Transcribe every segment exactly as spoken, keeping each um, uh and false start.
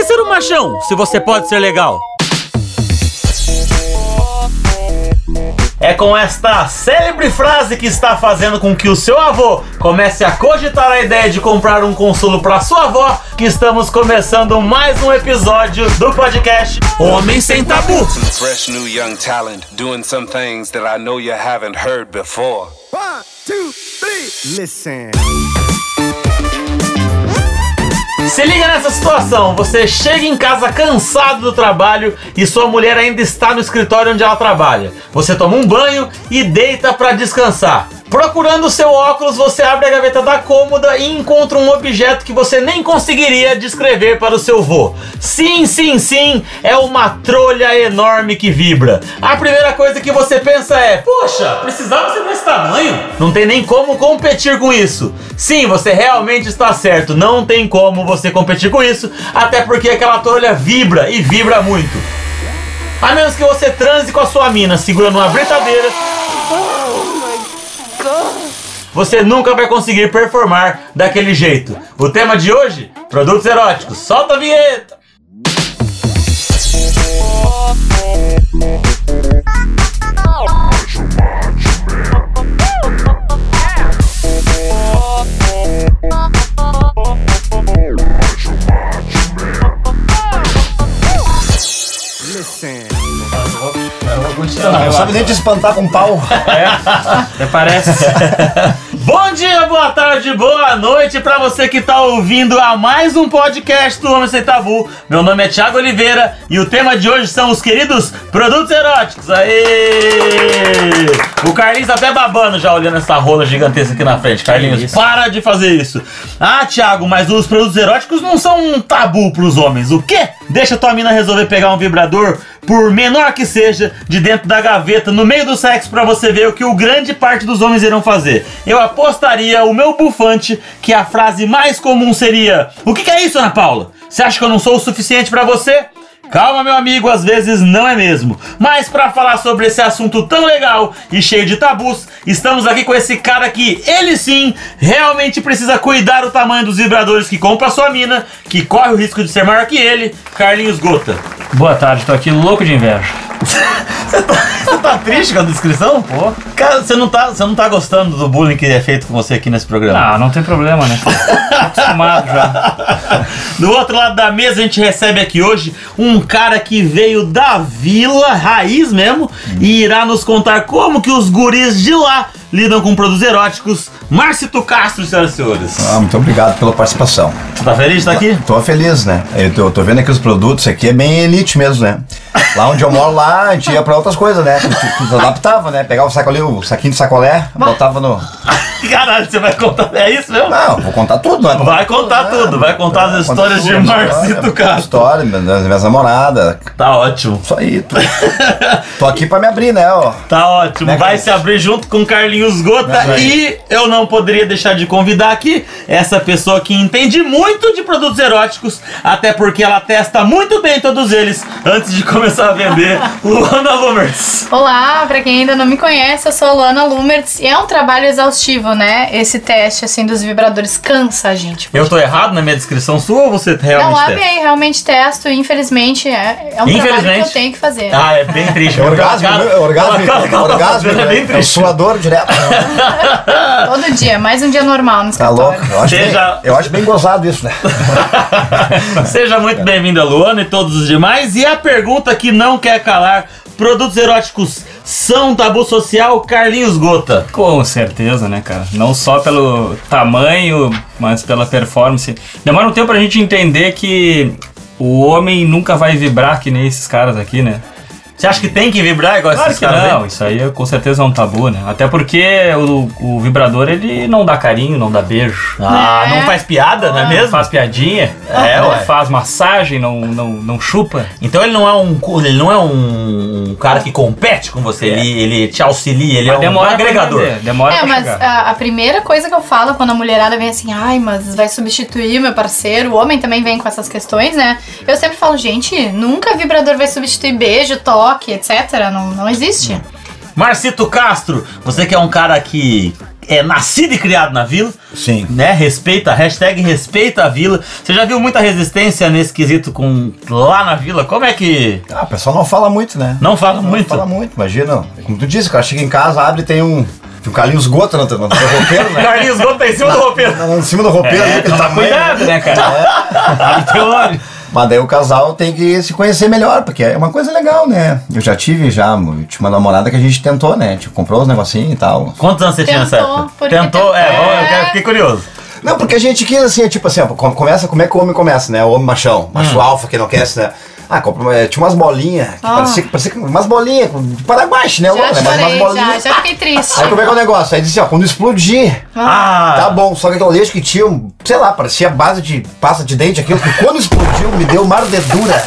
ser um machão se você pode ser legal? É com esta célebre frase que está fazendo com que o seu avô comece a cogitar a ideia de comprar um consolo para sua avó que estamos começando mais um episódio do podcast Homem Sem Tabu. Fresh new young talent doing some things that I know you haven't heard before. One, two, three. Listen. Se liga nessa situação, você chega em casa cansado do trabalho e sua mulher ainda está no escritório onde ela trabalha. Você toma um banho e deita para descansar. Procurando o seu óculos, você abre a gaveta da cômoda e encontra um objeto que você nem conseguiria descrever para o seu vô. Sim, sim, sim, é uma trolha enorme que vibra. A primeira coisa que você pensa é: poxa, precisava ser desse tamanho? Não tem nem como competir com isso. Sim, você realmente está certo, não tem como você competir com isso, até porque aquela trolha vibra e vibra muito. A menos que você transe com a sua mina segurando uma britadeira, você nunca vai conseguir performar daquele jeito. O tema de hoje, produtos eróticos. Solta a vinheta! Listen. Não sabe nem te espantar com pau. É, até parece. Bom dia, boa tarde, boa noite pra você que tá ouvindo a mais um podcast do Homem Sem Tabu. Meu nome é Thiago Oliveira e o tema de hoje são os queridos produtos eróticos. Aê! O Carlinhos até babando já olhando essa rola gigantesca aqui na frente. Carlinhos, isso? Para de fazer isso. Ah, Thiago, mas os produtos eróticos não são um tabu pros homens. O quê? Deixa tua mina resolver pegar um vibrador, por menor que seja, de dentro da gaveta, no meio do sexo, pra você ver o que o grande parte dos homens irão fazer. Eu apostaria o meu bufante que a frase mais comum seria: o que, que é isso, Ana Paula? Você acha que eu não sou o suficiente pra você? Calma, meu amigo, às vezes não é mesmo. Mas pra falar sobre esse assunto tão legal e cheio de tabus, estamos aqui com esse cara que, ele sim, realmente precisa cuidar do tamanho dos vibradores que compra a sua mina, que corre o risco de ser maior que ele, Carlinhos Gota. Boa tarde, tô aqui louco de inveja. Você tá, você tá triste com a descrição? Pô. Cara, você não, tá, você não tá gostando do bullying que é feito com você aqui nesse programa? Ah, não tem problema, né? Tô acostumado já. Do outro lado da mesa a gente recebe aqui hoje um cara que veio da vila, raiz mesmo, hum. e irá nos contar como que os guris de lá lidam com produtos eróticos. Marcito Castro, senhoras e senhores. Ah, muito obrigado pela participação. Você tá feliz de estar aqui? Tô feliz, né? Eu tô, tô vendo aqui os produtos, aqui é bem elite mesmo, né? Lá onde eu moro, lá, a gente ia pra outras coisas, né? A gente adaptava, né? Pegava o saco ali, o saquinho de sacolé, botava no... Caralho, você vai contar, é isso mesmo? Não, vou contar tudo, né? Vai contar tudo, vai contar as histórias de Marcito Castro. História, das minhas namoradas. Tá ótimo. Isso aí, tô, tô aqui pra me abrir, né? Ó. Tá ótimo, Né, vai cara? se abrir junto com Carlinhos Gota. E eu não poderia deixar de convidar aqui essa pessoa que entende muito de produtos eróticos, até porque ela testa muito bem todos eles antes de começar a vender. Luana Lumertz. Olá, pra quem ainda não me conhece, eu sou a Luana Lumertz e é um trabalho exaustivo, né? Esse teste, assim, dos vibradores cansa a gente. Eu tô errado na minha descrição sua ou você realmente Não, testa? amei, realmente testo e infelizmente é, é um trabalho que eu tenho que fazer. Ah, é bem triste. É orgasmo, Cara, né? Orgasmo, aquela cara que ela tá orgasmo, fazendo é bem né? É o triste. suador direto. Todo dia, mais um dia normal no Tá escritório. louco? Eu acho, Seja- bem, eu acho bem gozado isso, né? Seja muito bem-vinda, Luana, e todos os demais. E a pergunta que não quer calar: produtos eróticos são tabu social? Carlinhos Gota. Com certeza, né, cara? Não só pelo tamanho, mas pela performance. Demora um tempo pra gente entender que o homem nunca vai vibrar que nem esses caras aqui, né? Você acha que tem que vibrar igual Claro esses que caras não, aí? isso aí com certeza é um tabu, né? Até porque o, o vibrador, ele não dá carinho, não dá beijo. Ah, É. não faz piada, não é mesmo? Faz piadinha, É, não ué. faz massagem, não, não, não chupa. Então ele não é um ele não é um cara que compete com você, ele, ele te auxilia, ele Mas é um demora pra agregador. entender, demora É, pra mas chegar. a, a primeira coisa que eu falo quando a mulherada vem assim, ai, mas vai substituir o meu parceiro, o homem também vem com essas questões, né? Eu sempre falo, gente, nunca vibrador vai substituir beijo, toque, etcétera. Não, não existe. Marcito Castro, você que é um cara que é nascido e criado na vila. Sim. Né? Respeita, hashtag respeita a vila. Você já viu muita resistência nesse quesito com lá na vila? Como é que... Ah, o pessoal não fala muito, né? Não fala Não muito? fala muito, imagina. Como tu disse, o cara chega em casa, abre e tem um... Um Carlinhos Gota no, no, no roupeiro, né? Carlinhos Gomes tá em cima do roupeiro. Não, em cima do roupeiro, É, ali, aquele toma tamanho, cuidado, né? né, cara? É. Tem olho. Mas daí o casal tem que se conhecer melhor, porque é uma coisa legal, né? Eu já tive já, eu tinha uma namorada que a gente tentou, né? Tipo, comprou uns negocinhos e tal. Quantos anos você tinha nessa Tentou, época? porque Tentou? tentou. É, vamos, eu É. quero- fiquei curioso. Não, porque a gente quis assim, é tipo assim, ó, come- começa, como é que o homem começa, né? O homem machão, macho alfa que não quer, né? Ah, compra, é, tinha umas bolinhas, que Ah. parecia, parecia que- umas bolinhas, de paraguache, né? Já né? Mas umas chorei, já, bolinhas. já fiquei triste. Aí como é que é o negócio? Aí disse, ó, quando explodir, Ah, tá bom, só que aquele leite que tinha, um, sei lá, parecia base de pasta de dente, aquilo, que quando explodiu me deu uma ardedura.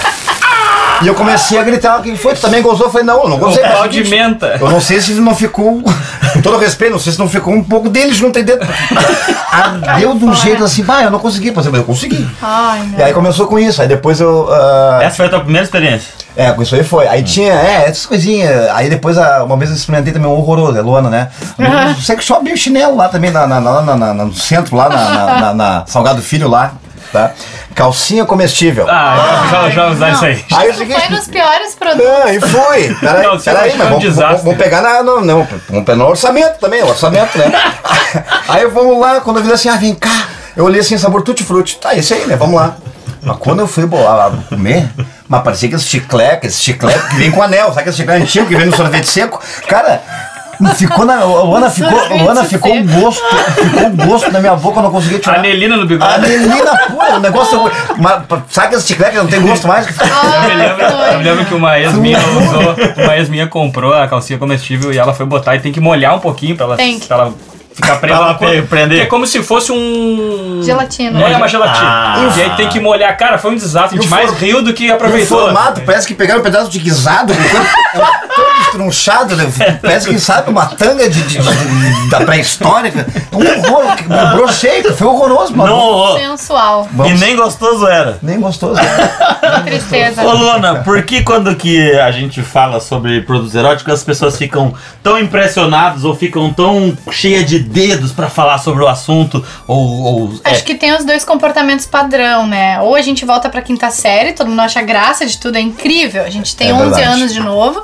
E eu comecei a gritar, quem foi? Tu também gozou? Eu falei, não, eu não gozei. O mas é o pau de seguinte, menta. Eu não sei se não ficou, com todo respeito, não sei se não ficou um pouco deles junto aí dentro. Ardeu de um jeito assim, bah, eu não consegui, mas eu consegui. Ai, meu. E aí começou com isso, aí depois eu... ah, essa foi a tua primeira experiência? é, com isso aí foi. Aí tinha, é, essas coisinhas. Aí depois, ah, uma vez eu experimentei também um horroroso, é Luana, né? Um sex shop bem chinelo lá também, na, na, na, na- na- no centro, lá na, na, na- na Salgado Filho lá, tá? Calcinha comestível. Ah, já, já, já usar isso aí. Aí é o Tu seguinte... foi nos piores produtos. Não, e foi. Peraí, Não, você peraí, vai mas um vamos, desastre. vamos, vamos pegar na, no, não, vamos pegar no orçamento também, orçamento, né? Aí vamos lá, quando eu vi assim, ah, vem cá. Eu olhei assim, sabor tutti-frutti. Tá, esse aí, né? Vamos lá. Mas quando eu fui bolar, comer, mas parecia que esse chiclete, esse chiclete que vem com anel, sabe aquele chiclete antigo que vem no sorvete seco? Cara, ficou na. A Luana ficou, a Luana ficou um gosto, ficou um gosto na minha boca, eu não conseguia tirar. Anelina no bigode. Anelina pura, o negócio. Mas, sabe aquele chiclete que não tem gosto mais? Eu me, lembro, eu me lembro que uma ex minha usou, uma ex minha comprou a calcinha comestível e ela foi botar e tem que molhar um pouquinho pra ela, Tem que. pra ela ficar presa. Pra ela no corpo. pe- prender. Que é como se fosse um... Gelatina. Não é uma gelatina. Ah. E aí tem que molhar. Cara, foi um desastre. A gente E o mais for- riu do que O aproveitou. formato parece que pegaram um pedaço de guisado, todo estrunchado, né? Parece que sabe uma tanga de, de- de- da pré-histórica. Um horror, um brochei, foi horroroso, mano. Não rolou. Sensual. E Vamos- nem gostoso era. Nem gostoso. Né? Que tristeza. Ô Luana, por que quando que a gente fala sobre produtos eróticos as pessoas ficam tão impressionadas ou ficam tão cheias de dedos pra falar sobre o assunto? Ou, ou Acho é, que tem os dois comportamentos padrão, né? Ou a gente volta pra quinta série, todo mundo acha graça de tudo, é incrível. A gente tem É onze verdade. anos de novo.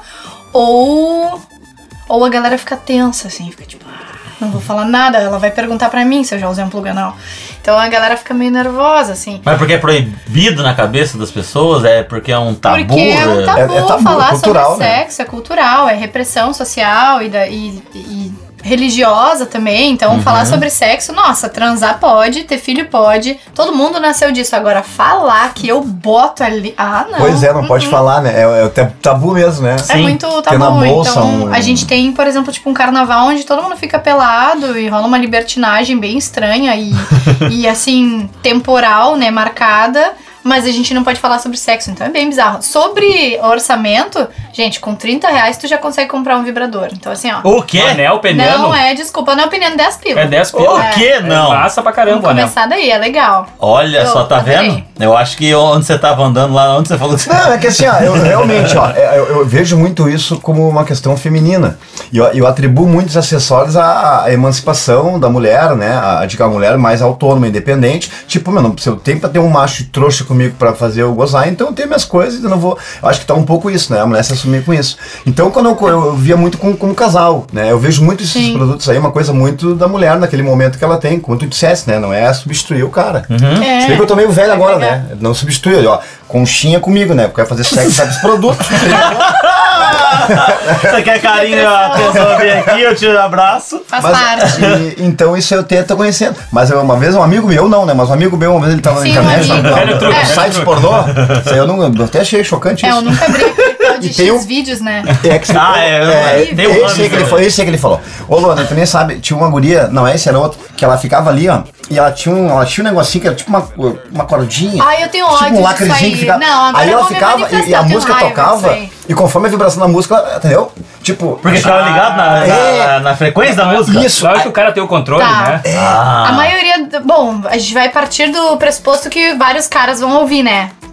Ou. Ou a galera fica tensa, assim, fica tipo, ah, não vou falar nada, ela vai perguntar pra mim se eu já usei um plug anal. Então a galera fica meio nervosa, assim. Mas porque é proibido na cabeça das pessoas? É porque é um tabu? Porque é um tabu, É- é tabu, falar é cultural, sobre né? sexo, é cultural, é repressão social e, da- e- e religiosa também. Então, falar sobre sexo, nossa, transar pode, ter filho pode, todo mundo nasceu disso. Agora, falar que eu boto ali. Ah, não. Pois é, não pode falar, né? É, é o tabu mesmo, né? É muito Ter na tabu. bolsa Então, um- a gente tem, por exemplo, tipo um carnaval onde todo mundo fica pelado e rola uma libertinagem bem estranha e, e assim, temporal, né, marcada. Mas a gente não pode falar sobre sexo, então é bem bizarro. Sobre orçamento, gente, com trinta reais tu já consegue comprar um vibrador. Então assim, ó. O quê? Anel, peniano. Não é, desculpa, não é opinião, dez pila. É dez O pila. quê? Não. É massa pra caramba, Vamos o anel. começar daí, é legal. Olha Eu só, tá adorei. vendo? Eu acho que onde você tava andando lá, onde você falou que você... Não, é que assim, ó, eu realmente, ó, é, eu, eu vejo muito isso como uma questão feminina. E eu, eu atribuo muitos acessórios à, à emancipação da mulher, né? A, de que a mulher mais autônoma, independente. Tipo, meu, não, se eu tenho pra ter um macho trouxa comigo pra fazer eu gozar, então eu tenho minhas coisas e eu não vou. Eu acho que tá um pouco isso, né? A mulher se assumir com isso. Então, quando eu, eu, eu via muito como, como casal, né? Eu vejo muito esses Sim. produtos aí, uma coisa muito da mulher naquele momento que ela tem, como tu dissesse, né? Não é substituir o cara. É. Se bem que eu tô meio velho É agora, legal. né? Não substitui, ó. Conchinha comigo, né? Porque vai fazer sexo, sabe esse produto. Você quer carinho e atenção, vem aqui, eu te abraço. Faz Mas, parte. e- então isso eu tento conhecendo. Mas eu, uma vez um amigo meu, não, né? Mas um amigo meu, uma vez ele tava Sim, na um internet, amigo. no, Velho truque, no velho site truque. pornô. Isso aí eu, não, eu até achei chocante É, eu isso. nunca abri aquele tal de E tem um- X-vídeos, né? É que, Ah, é, é, deu esse, anos, aí que ele né? falou, esse aí que ele falou. Ô Luana, tu nem sabe, tinha uma guria, não, esse era outro, que ela ficava ali, ó, e ela tinha um, ela tinha um negocinho que era tipo uma, uma cordinha. Ai, eu tenho tipo ódio um disso lacrezinho aí. que ficava. Não, agora aí eu ela vou me ficava, e, manifestar, e a eu tenho música raiva tocava, disso aí. e conforme a vibração da música, ela- entendeu? Tipo. Porque ficava ligado na, na, É. na frequência da música. Isso. Claro que o cara tem o controle, Tá. né? Ah. A maioria. do- Bom, a gente vai partir do pressuposto que vários caras vão ouvir, né?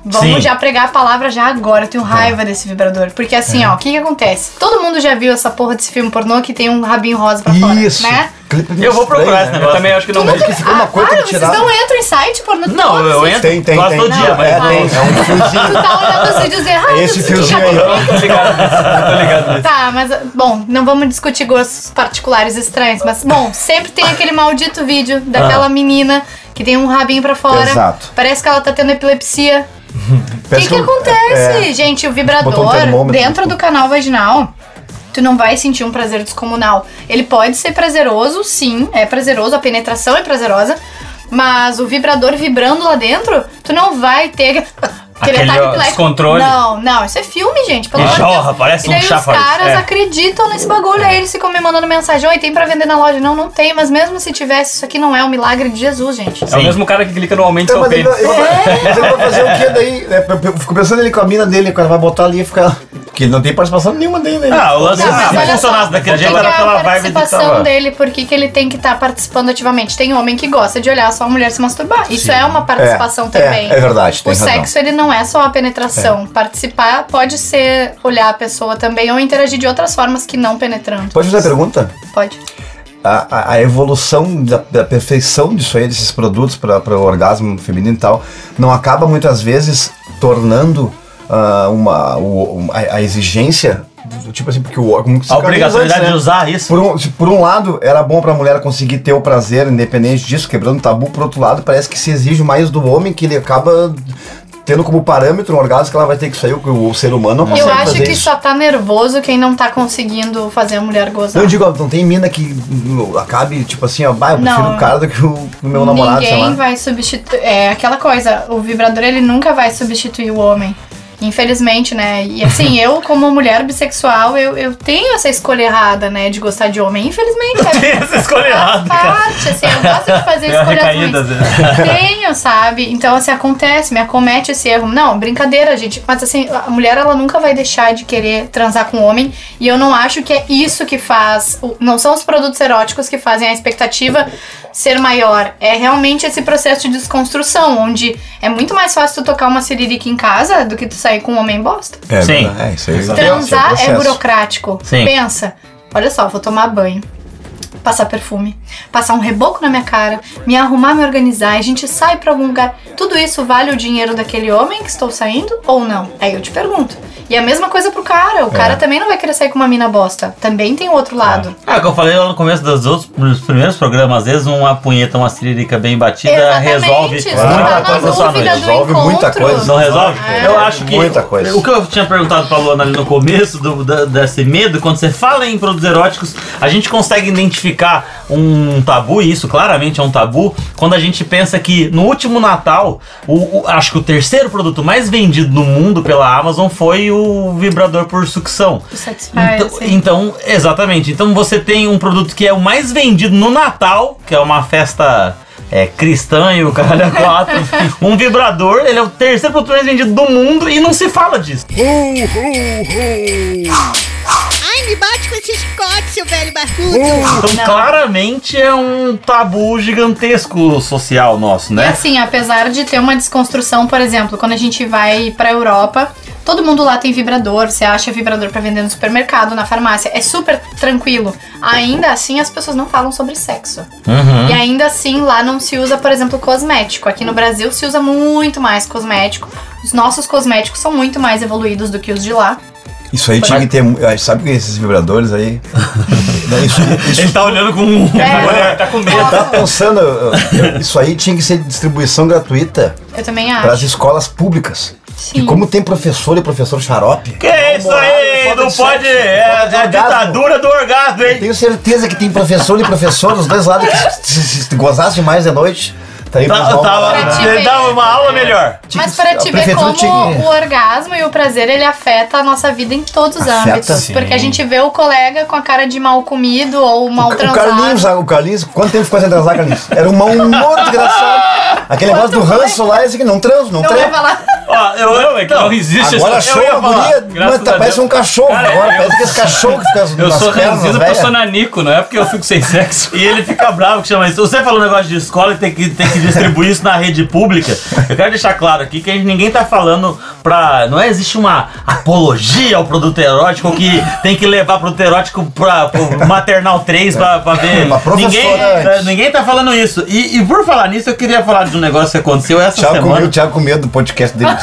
Vamos Sim. já pregar a palavra já agora. Eu tenho raiva desse vibrador. Porque assim, ó, o que que acontece? Todo mundo já viu essa porra desse filme pornô que tem um rabinho rosa pra fora, Isso. né? Clipe Eu vou procurar esse né? Eu negócio. também acho que não. Nunca- que ficou uma ah, coisa para, que vocês tiraram. não entram em site pornô Não, todos eu os- entro Tem, tem, quase tem. todo dia, Não, mas é, não- tem. É um fiozinho. Tu tá olhando os vídeos errados. Esse fiozinho aí, ó. Tô ligado nisso. Eu tô ligado nisso. Tá, mas, bom, não vamos discutir gostos particulares estranhos, mas, bom, sempre tem aquele maldito vídeo daquela menina que tem um rabinho pra fora. Exato. Parece que ela tá tendo epilepsia. O que Parece que eu- acontece, é, gente? O botou um vibrador termômetro. dentro do canal vaginal, tu não vai sentir um prazer descomunal. Ele pode ser prazeroso, sim, é prazeroso, a penetração é prazerosa, mas o vibrador vibrando lá dentro, tu não vai ter aquele Aquele, ataque ó, epilético. descontrole. Não, não, isso é filme, gente. Pelo E amor de Deus. jorra, parece E um daí chá os faz. caras É. acreditam nesse bagulho, aí eles ficam me mandando mensagem, oi, tem pra vender na loja? Não, não tem, mas mesmo se tivesse, isso aqui não é um milagre de Jesus, gente. É o mesmo cara que clica no aumente Então, seu mas ele, pênis. ele vai- mas ele vai fazer o que daí? né? Eu- eu Fico pensando ele com a mina dele, o cara vai botar ali e ficar. Porque ele não tem participação nenhuma dele, né? Ah, o lance Não, é mas se olha funcionasse só, daquele por que jeito que era é pela a vibe de participação tava. dele, por que que ele tem que estar participando ativamente? Tem homem que gosta de olhar só a mulher se masturbar. Isso é uma participação É, também. é, é verdade, tem O razão. sexo, ele não é só a penetração. Participar pode ser olhar a pessoa também ou interagir de outras formas que não penetrando. Pode fazer a pergunta? Pode. A, a, a evolução da, da perfeição disso aí, desses produtos para o orgasmo feminino e tal, não acaba muitas vezes tornando ah, uma, o- um, a, a exigência, do tipo assim, porque o órgão. A obrigatoriedade de usar isso. Por um, se por um lado, era bom pra mulher conseguir ter o prazer independente disso, quebrando o tabu. Por outro lado, parece que se exige mais do homem, que ele acaba tendo como parâmetro um orgasmo que ela vai ter que sair, o, o ser humano não consegue Eu acho fazer que isso. só tá nervoso quem não tá conseguindo fazer a mulher gozar. Eu digo, ó, não tem mina que uh, acabe, tipo assim, ó, bah, eu prefiro Não. o cara do que o, o meu namorado, sei Ninguém lá. vai substituir. É aquela coisa, o vibrador ele nunca vai substituir o homem. Infelizmente, né? E assim, eu, como mulher bissexual, eu, eu tenho essa escolha errada, né? De gostar de homem. Infelizmente, é Tem essa escolha errada, faz cara. parte, assim, eu gosto de fazer Tem uma escolhas recaída, às ruins. vezes. Tenho, sabe? Então, assim, acontece, me acomete esse erro. Não, brincadeira, gente. Mas assim, a mulher, ela nunca vai deixar de querer transar com o homem. E eu não acho que é isso que faz. o- Não são os produtos eróticos que fazem a expectativa ser maior. É realmente esse processo de desconstrução, onde é muito mais fácil tu tocar uma siririca em casa do que tu sair com um homem bosta. É, Sim. verdade, é, isso aí. Transar esse é o processo. burocrático. Sim. Pensa, olha só, vou tomar banho, passar perfume, passar um reboco na minha cara, me arrumar, me organizar, e a gente sai pra algum lugar. Tudo isso vale o dinheiro daquele homem que estou saindo ou não? Aí eu te pergunto. E a mesma coisa pro cara. O cara também não vai querer sair com uma mina bosta. Também tem o outro lado. Ah, que eu falei lá no começo dos outros nos primeiros programas, às vezes uma punheta, uma ciririca bem batida Exatamente, resolve isso muita tá na coisa na sua dúvida noite. do Resolve muita encontro. coisa. Não resolve? É. Eu acho que Muita coisa. o que eu tinha perguntado pra Luana ali no começo do, da- desse medo, quando você fala em produtos eróticos, a gente consegue identificar um tabu, e isso claramente é um tabu, quando a gente pensa que no último Natal, o, o- acho que o terceiro produto mais vendido no mundo pela Amazon foi o vibrador por sucção. O Satisfy, Então, assim. então, exatamente. Então você tem um produto que é o mais vendido no Natal, que é uma festa é, cristã e o caralho a quatro. Um vibrador, ele é o terceiro produto mais vendido do mundo e não se fala disso. Ai, me bate com esse chicote, seu velho barbudo. Então, Não. claramente é um tabu gigantesco social nosso, E né? assim, apesar de ter uma desconstrução, por exemplo, quando a gente vai pra Europa, todo mundo lá tem vibrador, você acha vibrador pra vender no supermercado, na farmácia, é super tranquilo. Ainda assim, as pessoas não falam sobre sexo. Uhum. E ainda assim, lá não se usa, por exemplo, cosmético. Aqui no Brasil se usa muito mais cosmético. Os nossos cosméticos são muito mais evoluídos do que os de lá. Isso aí tinha que ter. ah, Sabe que esses vibradores aí. Não, isso, isso, Ele tá olhando com um. É. Tá com medo. eu tava pensando, eu- eu- isso aí tinha que ser distribuição gratuita Eu também para as acho. escolas públicas. Sim. E como tem professor e professor xarope. Que é isso aí? Falta Não de pode. sexo, É, falta de é a orgasmo. ditadura do orgasmo, hein? Tenho certeza que tem professor e professor dos dois lados que se, se, se gozasse mais de noite, tá aí Tá, pros mal- tava, Pra te ele ver. dava uma aula melhor. Tinha Mas que- para a te ver prefeitura como tinha que- o orgasmo e o prazer, ele afeta a nossa vida em todos os Afeta, âmbitos. sim. Porque a gente vê o colega com a cara de mal comido ou mal O transado. Carlinhos, o Carlinhos, quanto tempo ficou sem transar, Carlinhos? Era um mau humor desgraçado. Aquele negócio do ranço lá, esse aqui não transo, não, Não vai transo. falar. Ó, eu, Não, é que não, não, existe Agora essa... achou ia a falar, guria, graças mano, tá, a parece Deus. um cachorro Cara, agora, eu- parece aquele cachorro que fica Eu nas sou pernas, ranzido porque eu velho. sou nanico, não é porque eu fico sem sexo. E ele fica bravo que chama isso. Você falou um negócio de escola e tem que, tem que distribuir isso na rede pública. Eu quero deixar claro aqui que a gente, ninguém tá falando pra. Não é, existe uma apologia ao produto erótico que tem que levar produto erótico pra, pro maternal três pra, pra ver. Uma professora Ninguém, antes. ninguém tá falando isso. E, e por falar nisso, eu queria falar de um negócio que aconteceu essa Thiago com semana. medo, o Thiago com medo do podcast dele.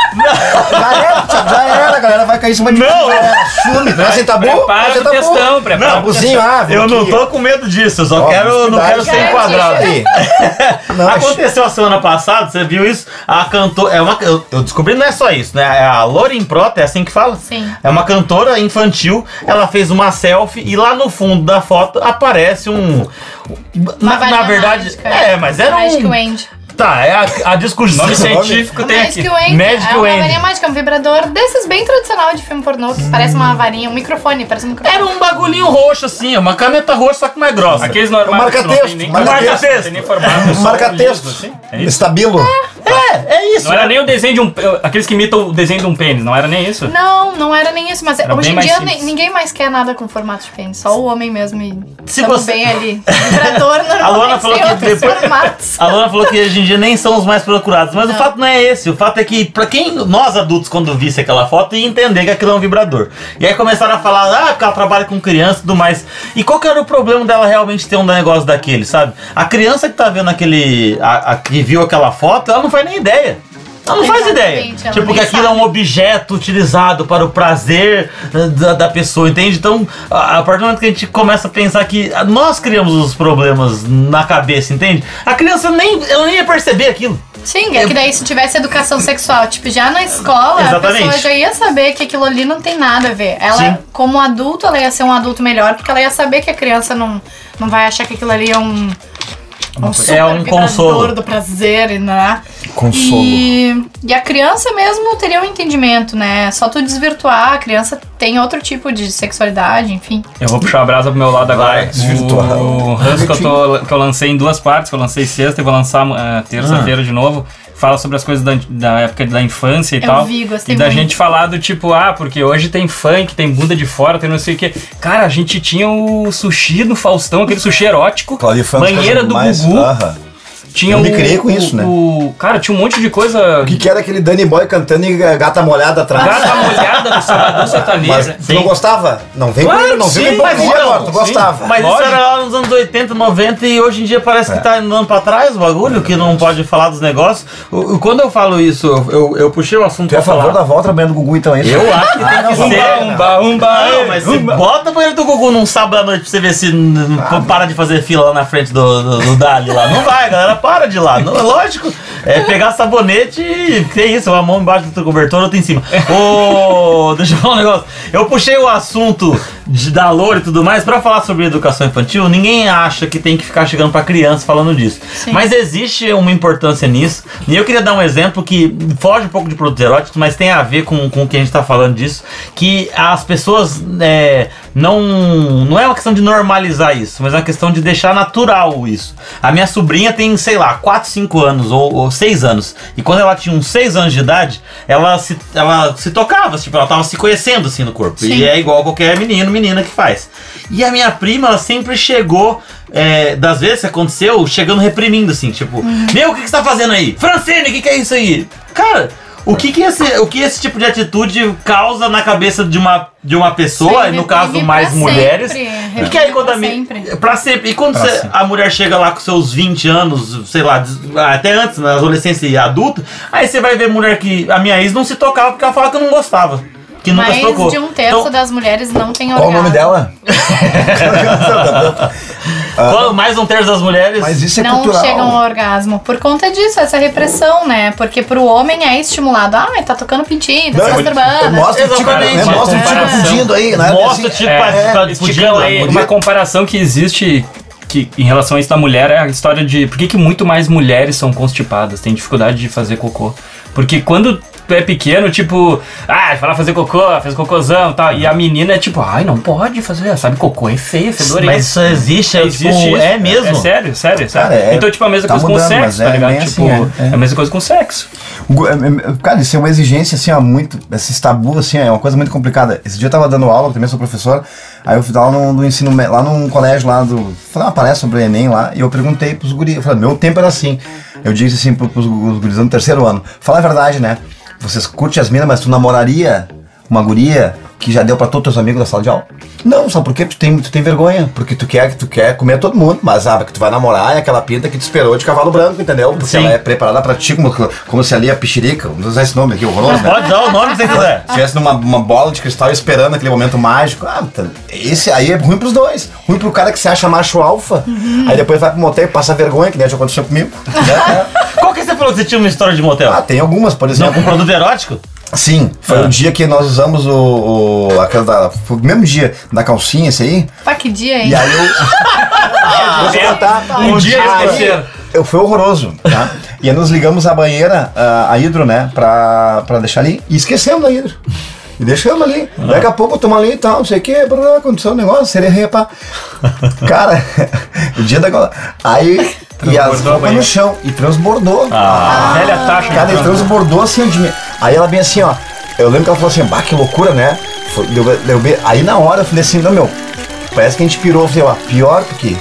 Já era, Thiago, já era, a galera vai cair em cima de Não. Já era, Chume, não é sem tabu? Prepara Sem o tabu. textão, prepara o Tabuzinho, ah, vem Eu não aqui. tô com medo disso, eu só Ó, quero, não quero ser cuidado, enquadrado. aí. Não, Aconteceu a semana passada, você viu isso? A cantora. É uma, eu, eu descobri que não é só isso, né? É a Lorin Prota, é assim que fala? Sim. É uma cantora infantil, ela fez uma selfie e lá no fundo da foto aparece um. Na, na varinha verdade. mágica. É, mas era Magic um. Wand. Tá, é a, a discussão. Nome científico tem aqui. Magic Wand. Magic é uma Wand. varinha mágica, é um vibrador desses bem tradicional de filme pornô, que parece uma varinha, um microfone, parece um microfone. Era um bagulhinho roxo assim, uma caneta roxa, só que mais grossa. Aqueles normais. Um marca-texto, que não tem nem- marca-texto. Não tem nem formato. só um Marca-texto. liso, assim. É isso? Estabilo. É, é isso. Não era nem o desenho de um... Aqueles que imitam o desenho de um pênis, não era nem isso? Não, não era nem isso, mas Era hoje bem em mais dia simples. nem- ninguém mais quer nada com formato de pênis, só o homem mesmo e Se tamo você- bem ali. Vibrador Luana normalmente falou tem que outros depois- formatos. A Luana falou que hoje em dia nem são os mais procurados, mas o fato não é esse. O fato é que, pra quem, nós adultos, quando visse aquela foto, ia entender que aquilo é um vibrador. E aí começaram a falar, ah, porque ela trabalha com criança e tudo mais. E qual que era o problema dela realmente ter um negócio daquele, sabe? A criança que tá vendo aquele. A, a- que viu aquela foto, ela não faz nem ideia. Ela não faz ideia. Exatamente, ela Tipo, nem que aquilo é um sabe. objeto utilizado para o prazer da, da pessoa, entende? Então, a, a partir do momento que a gente começa a pensar que nós criamos os problemas na cabeça, entende? A criança nem, ela nem ia perceber aquilo. Sim, é que daí se tivesse educação sexual, tipo, já na escola, Exatamente. a pessoa já ia saber que aquilo ali não tem nada a ver. Ela, Sim. como adulto, ela ia ser um adulto melhor, porque ela ia saber que a criança não, não vai achar que aquilo ali é um... Um super É um vibrador consolo. do prazer, né? Consolo. E, e a criança mesmo teria um entendimento, né? Só tu desvirtuar, a criança tem outro tipo de sexualidade, enfim. Eu vou puxar a brasa pro meu lado agora. Vai, desvirtuar. O ranço que eu, tô, que eu lancei em duas partes, que eu lancei sexta e vou lançar uh, terça-feira de novo. Fala sobre as coisas da, da época da infância e Eu tal. vi, gostei e da muito. gente falar do tipo, ah, porque hoje tem funk, tem bunda de fora, tem não sei o que. Cara, a gente tinha o sushi do Faustão, aquele sushi erótico. Claudio Franco, Banheira do mais- Gugu. Aham. Tinha Eu me o- criei com o- isso, né? o- cara, tinha um monte de coisa. O que, que era aquele Danny Boy cantando e gata molhada atrás? Gata molhada do Sabadão Sertanejo. Mas tu não gostava? Não vem Claro comigo, não que vem sim, com mas hipocrisia não, agora, tu sim. gostava. Mas Lógico. isso era lá nos anos oitenta, noventa e hoje em dia parece que tá andando pra trás o bagulho, que não pode falar dos negócios. O- o- Quando eu falo isso, eu, eu, eu puxei o assunto Tu é a pra favor falar. da volta trabalhando do Gugu, então, é isso? Eu acho que tem que não, ser. Umba, umba, Não, mas você bota o banheiro do Gugu num sábado à noite pra você ver se n- para de fazer fila lá na frente do, do, do Dali lá. Não vai, galera, para de ir lá. Não, é lógico. É pegar sabonete e tem isso, uma mão embaixo do teu cobertor, outra em cima. Ô, deixa eu falar um negócio. Eu puxei o assunto de, da loura e tudo mais pra falar sobre educação infantil. Ninguém acha que tem que ficar chegando pra criança falando disso. Sim. Mas existe uma importância nisso. E eu queria dar um exemplo que foge um pouco de produtos eróticos, mas tem a ver com, com o que a gente tá falando disso. Que as pessoas é, não... Não é uma questão de normalizar isso, mas é uma questão de deixar natural isso. A minha sobrinha tem, sei lá, quatro, cinco anos ou, ou seis anos. E quando ela tinha uns seis anos de idade, ela se, ela se tocava, tipo, ela tava se conhecendo assim no corpo. Sim. E é igual qualquer menino, menina que faz. E a minha prima, ela sempre chegou, é, das vezes que aconteceu, chegando reprimindo assim, tipo, meu, o que, que você tá fazendo aí? Francine, o que, que é isso aí? Cara, o que que, esse, o que esse tipo de atitude causa na cabeça de uma, de uma pessoa, Sim, e no caso reprime mais pra mulheres, sempre, e que aí reprime quando pra a mi- sempre. pra sempre. E quando Pra você- sempre. a mulher chega lá com seus vinte anos, sei lá, des- até antes, na adolescência e adulta, aí você vai ver mulher que a minha ex não se tocava porque ela falava que não gostava. Que nunca Mais se tocou. de um terço Então, das mulheres não tem Qual o orgasmo. nome dela? quando mais um terço das mulheres. Mas isso é Não cultural. chegam ao orgasmo. Por conta disso, essa repressão, né? Porque pro homem é estimulado. Ah, tá tocando pintinho, tá se Não, masturbando. Mostra o tipo, Exatamente. né? Mostra o tipo Comparação. pedindo aí, né? Mostra o Assim, tipo é, pra- é, pra- Esticando fudindo, aí, né? uma comparação que existe que, em relação a isso da mulher é a história de por que, que muito mais mulheres são constipadas, têm dificuldade de fazer cocô. Porque quando tu é pequeno, tipo, ah, vai lá fazer cocô, fez cocôzão e tal. E a menina é tipo, ai, não pode fazer, sabe, cocô é feio, é fedorento. Mas isso existe, é, Existe tipo, isso. é mesmo? É, é sério, sério, sério. Cara, é- então, tipo, a mesma tá coisa mudando, com o mas sexo, é tá ligado? bem Tipo, assim, é, é. é a mesma coisa com o sexo. O- é- é- Cara, isso é uma exigência, assim, ó, muito. Esses tabu, assim, é uma coisa muito complicada. Esse dia eu tava dando aula, eu também sou professor, aí eu fui dar aula no, no ensino, me- lá num colégio lá do. Falei uma palestra sobre o Enem lá, e eu perguntei pros guris, eu falei, meu tempo era assim. Eu disse assim pro- pros os guris no terceiro ano: fala a verdade, né? Vocês curtem as minas, mas tu namoraria uma guria que já deu pra todos os teus amigos da sala de aula? Não, sabe por quê? Tu tem, tu tem vergonha, porque tu quer, tu quer comer todo mundo, mas ah, que tu vai namorar é aquela pinta que te esperou de cavalo branco, entendeu? Porque Sim. ela é preparada pra ti como, como se ali a pichirica, vamos usar esse nome aqui, horroroso, né? Pode dar o nome que você quiser. Se estivesse numa uma bola de cristal esperando aquele momento mágico, ah, tá, esse aí é ruim pros dois. Ruim pro cara que se acha macho alfa, aí depois vai pro motel e passa vergonha, que nem já aconteceu comigo. né? Qual que você falou que você tinha uma história de motel? Ah, tem algumas, por Não, exemplo. com produto erótico? Sim, foi Ah. o dia que nós usamos o. o aquela da, foi o mesmo dia da calcinha, esse aí. Pá, que dia, hein? E aí eu. Deixa eu contar. Um dia Aí, esqueceram. eu foi horroroso, tá? E aí nós ligamos a banheira, a, a hidro, né, pra, pra deixar ali. E esquecemos a hidro. E deixamos ali. Daqui a pouco estamos ali e tal, não sei o que, aconteceu um negócio, seria pá. Cara, o dia da. Aí. E as Transbordou a roupas no banheira. chão. E transbordou. A velha taxa. Cara, de ele transbordou assim de mim. Aí ela bem assim, ó. Eu lembro que ela falou assim, bah, que loucura, né? Foi, deu, deu bem. Aí na hora eu falei assim, não, meu, parece que a gente pirou. Eu falei, ó, pior porque.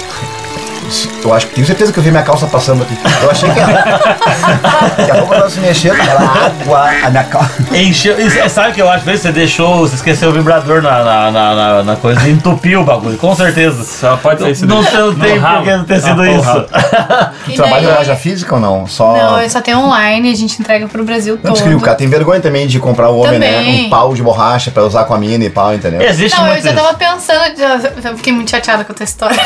Eu acho que tenho certeza que eu vi minha calça passando aqui. Eu achei que era. Daqui a pouco ela se mexendo, era água, a minha calça. Encheu. e cê- Sabe o que eu acho? Você deixou, você esqueceu o vibrador na, na, na, na- na coisa e entupiu o bagulho, com certeza. Só pode ser isso. Não, daí. não tem ralo. por que não ter sido Ah, isso. porra. E Tu trabalha daí- na loja física ou não? Só. Não, eu só tenho online, a gente entrega pro Brasil Não, todo. porque o cara tem vergonha também de comprar o homem, né? Também. Um pau de borracha pra usar com a mina e pau, entendeu? Existe Não, eu muito já isso. tava pensando, já- eu fiquei muito chateada com a tua história.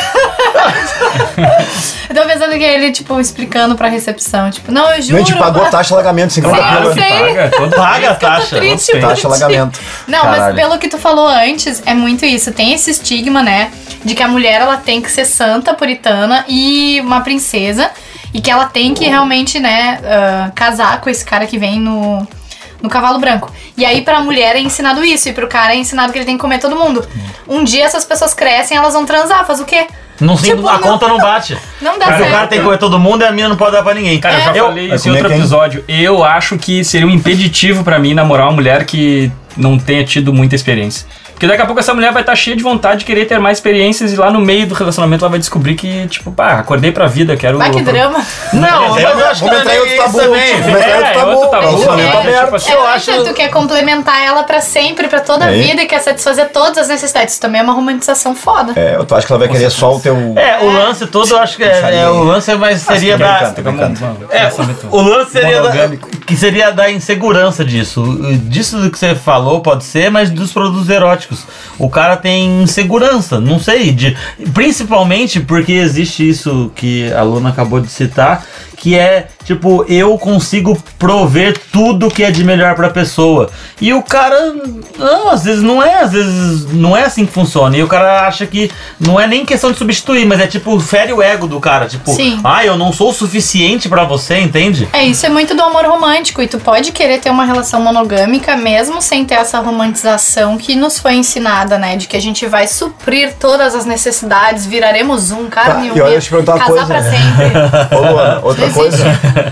Eu tava pensando que ele, tipo, explicando pra recepção, tipo, não, eu juro. Não, a gente pagou taxa alagamento, cinquenta Claro pila. que sei. paga. Todo Paga a Por isso que eu tô taxa. triste, Taxa gente. alagamento. Não, Caralho. mas pelo que tu falou antes, é muito isso. Tem esse estigma, né? De que a mulher, ela tem que ser santa, puritana e uma princesa. E que ela tem que realmente, né, ah, casar com esse cara que vem no, no cavalo branco. E aí pra mulher é ensinado isso. E pro cara é ensinado que ele tem que comer todo mundo. Um dia essas pessoas crescem, elas vão transar. Faz o quê? Não, sim, Tipo, a não- conta não bate. Não dá Porque o certo. cara tem que comer todo mundo e a mina não pode dar pra ninguém. Cara, eu já É. falei Vai isso em comer outro quem? episódio. Eu acho que seria um impeditivo pra mim namorar uma mulher que não tenha tido muita experiência. Porque daqui a pouco essa mulher vai estar cheia de vontade de querer ter mais experiências e lá no meio do relacionamento ela vai descobrir que, tipo, pá, acordei pra vida, quero... Vai que drama. Não, mas eu acho que Vamos não é entrar em outro isso tabu. também. Vamos entrar em outro É, tabu. outro tabu. Relacionamento É, aberto. tipo assim, É, eu mas acho- tu quer complementar ela pra sempre, pra toda a É. vida e quer satisfazer todas as necessidades. Isso também é uma romantização foda. É, tu acha que ela vai querer só o teu. É, o lance todo eu acho que é, é o lance, mas seria tô da. brincando, tô brincando. É, o, o lance seria da, Monogâmico. que seria da insegurança disso. Disso do que você falou pode ser, mas dos produtos eróticos. O cara tem insegurança, não sei, de, principalmente porque existe isso que a Luna acabou de citar, que é tipo, eu consigo prover tudo que é de melhor pra pessoa. E o cara, não, às vezes não é, às vezes não é assim que funciona. E o cara acha que não é nem questão de substituir, mas é tipo, fere o ego do cara. Tipo, Sim. ah, eu não sou o suficiente pra você, entende? É, isso é muito do amor romântico. E tu pode querer ter uma relação monogâmica mesmo sem ter essa romantização que nos foi ensinada, né? De que a gente vai suprir todas as necessidades, viraremos um, carne e Tá, um, e olha, deixa eu perguntar uma casar coisa. pra sempre. Ô, Luana, outra Não coisa,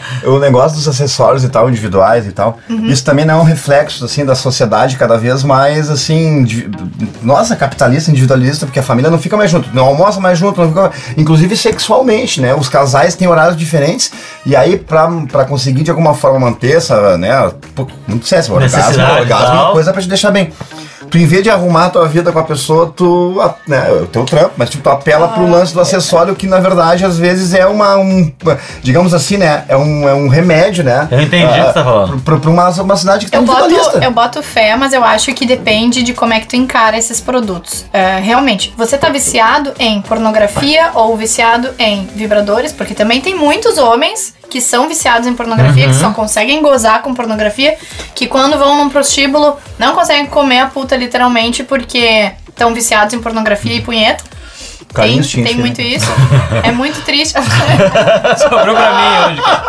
o negócio dos acessórios e tal, individuais e tal, isso também não é um reflexo, assim, da sociedade cada vez mais, assim, de, nossa, capitalista, individualista, porque a família não fica mais junto, não almoça mais junto, não fica, inclusive sexualmente, né, os casais têm horários diferentes, e aí pra, pra conseguir de alguma forma manter essa, né, pô, não sei se o orgasmo, Necessidade o orgasmo é e tal. uma coisa pra te deixar bem. Tu, em vez de arrumar a tua vida com a pessoa, tu, a- né, o teu trampo, mas tipo, tu apela pro lance do acessório que, na verdade, às vezes é uma, um, digamos assim, né, é um, é um remédio, né? Eu entendi o que você tá falando. Pra, pra uma, uma cidade que tá Eu boto, individualista. eu boto fé, mas eu acho que depende de como é que tu encara esses produtos. É, realmente, você tá viciado em pornografia ou viciado em vibradores? Porque também tem muitos homens que são viciados em pornografia, que só conseguem gozar com pornografia, que quando vão num prostíbulo não conseguem comer a puta literalmente porque estão viciados em pornografia e punheta. Tem, Carlinhos tinha tem esse, muito né? isso. É muito triste. Sobrou pra mim hoje.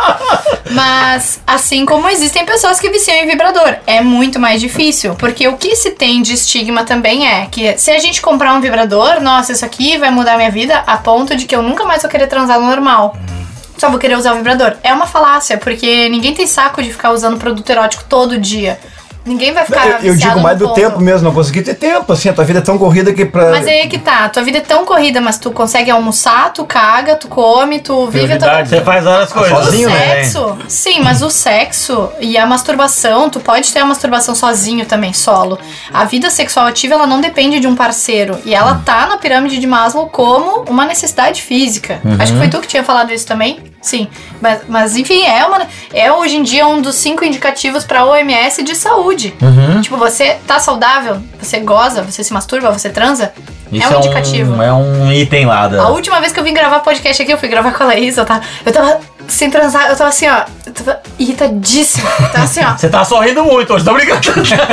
Mas, assim como existem pessoas que viciam em vibrador, é muito mais difícil. Porque o que se tem de estigma também é que se a gente comprar um vibrador, nossa, isso aqui vai mudar a minha vida a ponto de que eu nunca mais vou querer transar no normal. Só vou querer usar o vibrador. É uma falácia, porque ninguém tem saco de ficar usando produto erótico todo dia. Ninguém vai ficar Eu, eu viciado digo mais no do ponto. tempo mesmo, não consegui ter tempo, assim, a tua vida é tão corrida que pra... Mas aí é que tá, tua vida é tão corrida, mas tu consegue almoçar, tu caga, tu come, tu vive a tua... Prioridade. Você faz várias coisas. Sozinho, O né? sexo, sim, mas o sexo e a masturbação, tu pode ter a masturbação sozinho também, solo. A vida sexual ativa, ela não depende de um parceiro. E ela tá na pirâmide de Maslow como uma necessidade física. Acho que foi tu que tinha falado isso também. Sim, mas, mas enfim, é, uma, é hoje em dia um dos cinco indicativos pra O M S de saúde. Tipo, você tá saudável, você goza, você se masturba, você transa, Isso é um indicativo. Um, é um item lá da... A última vez que eu vim gravar podcast aqui, eu fui gravar com a Laís, eu tava, eu tava sem transar, eu tava assim, ó, eu tava irritadíssima, eu tava assim, ó, Você tá sorrindo muito hoje, tô brincando.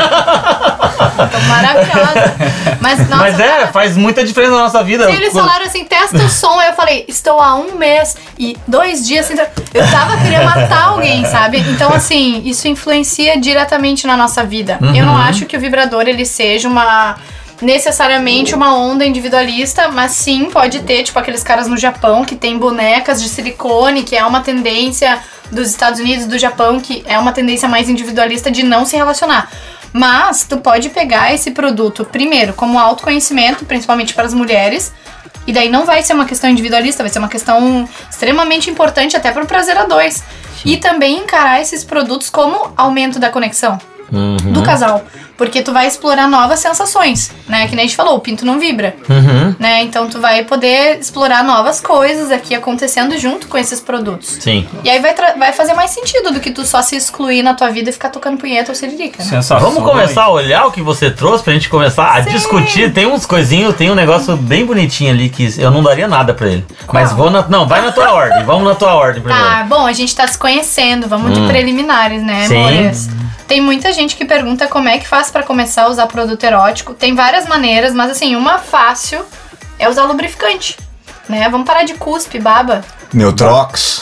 tô maravilhosa. Mas, nossa, Mas é, cara, faz muita diferença na nossa vida. e eles falaram assim, testa o som, aí eu falei, estou há um mês e dois dias sem tra- eu tava querendo matar alguém, sabe? Então, assim, isso influencia diretamente na nossa vida. Eu não acho que o vibrador, ele seja uma... necessariamente uma onda individualista, mas sim pode ter, tipo, aqueles caras no Japão que tem bonecas de silicone, que é uma tendência dos Estados Unidos, do Japão, que é uma tendência mais individualista de não se relacionar. Mas tu pode pegar esse produto, primeiro, como autoconhecimento, principalmente para as mulheres, e daí não vai ser uma questão individualista, vai ser uma questão extremamente importante até para o prazer a dois. E também encarar esses produtos como aumento da conexão do casal. Porque tu vai explorar novas sensações, né? Que nem a gente falou, o pinto não vibra, Uhum. né? Então tu vai poder explorar novas coisas aqui acontecendo junto com esses produtos. Sim. E aí vai, tra- vai fazer mais sentido do que tu só se excluir na tua vida e ficar tocando punheta ou siririca, né? Sensações. Vamos começar a olhar o que você trouxe pra gente começar a Sim. discutir. Tem uns coisinhos, tem um negócio bem bonitinho ali que eu não daria nada pra ele. Mas vou na... Não, vai na tua ordem. Vamos na tua ordem primeiro. Tá, bom, a gente tá se conhecendo, vamos de preliminares, né, Sim. amores? Tem muita gente que pergunta como é que faz pra começar a usar produto erótico. Tem várias maneiras, mas assim, uma fácil é usar lubrificante, né? Vamos parar de cuspe, baba. Neutrox.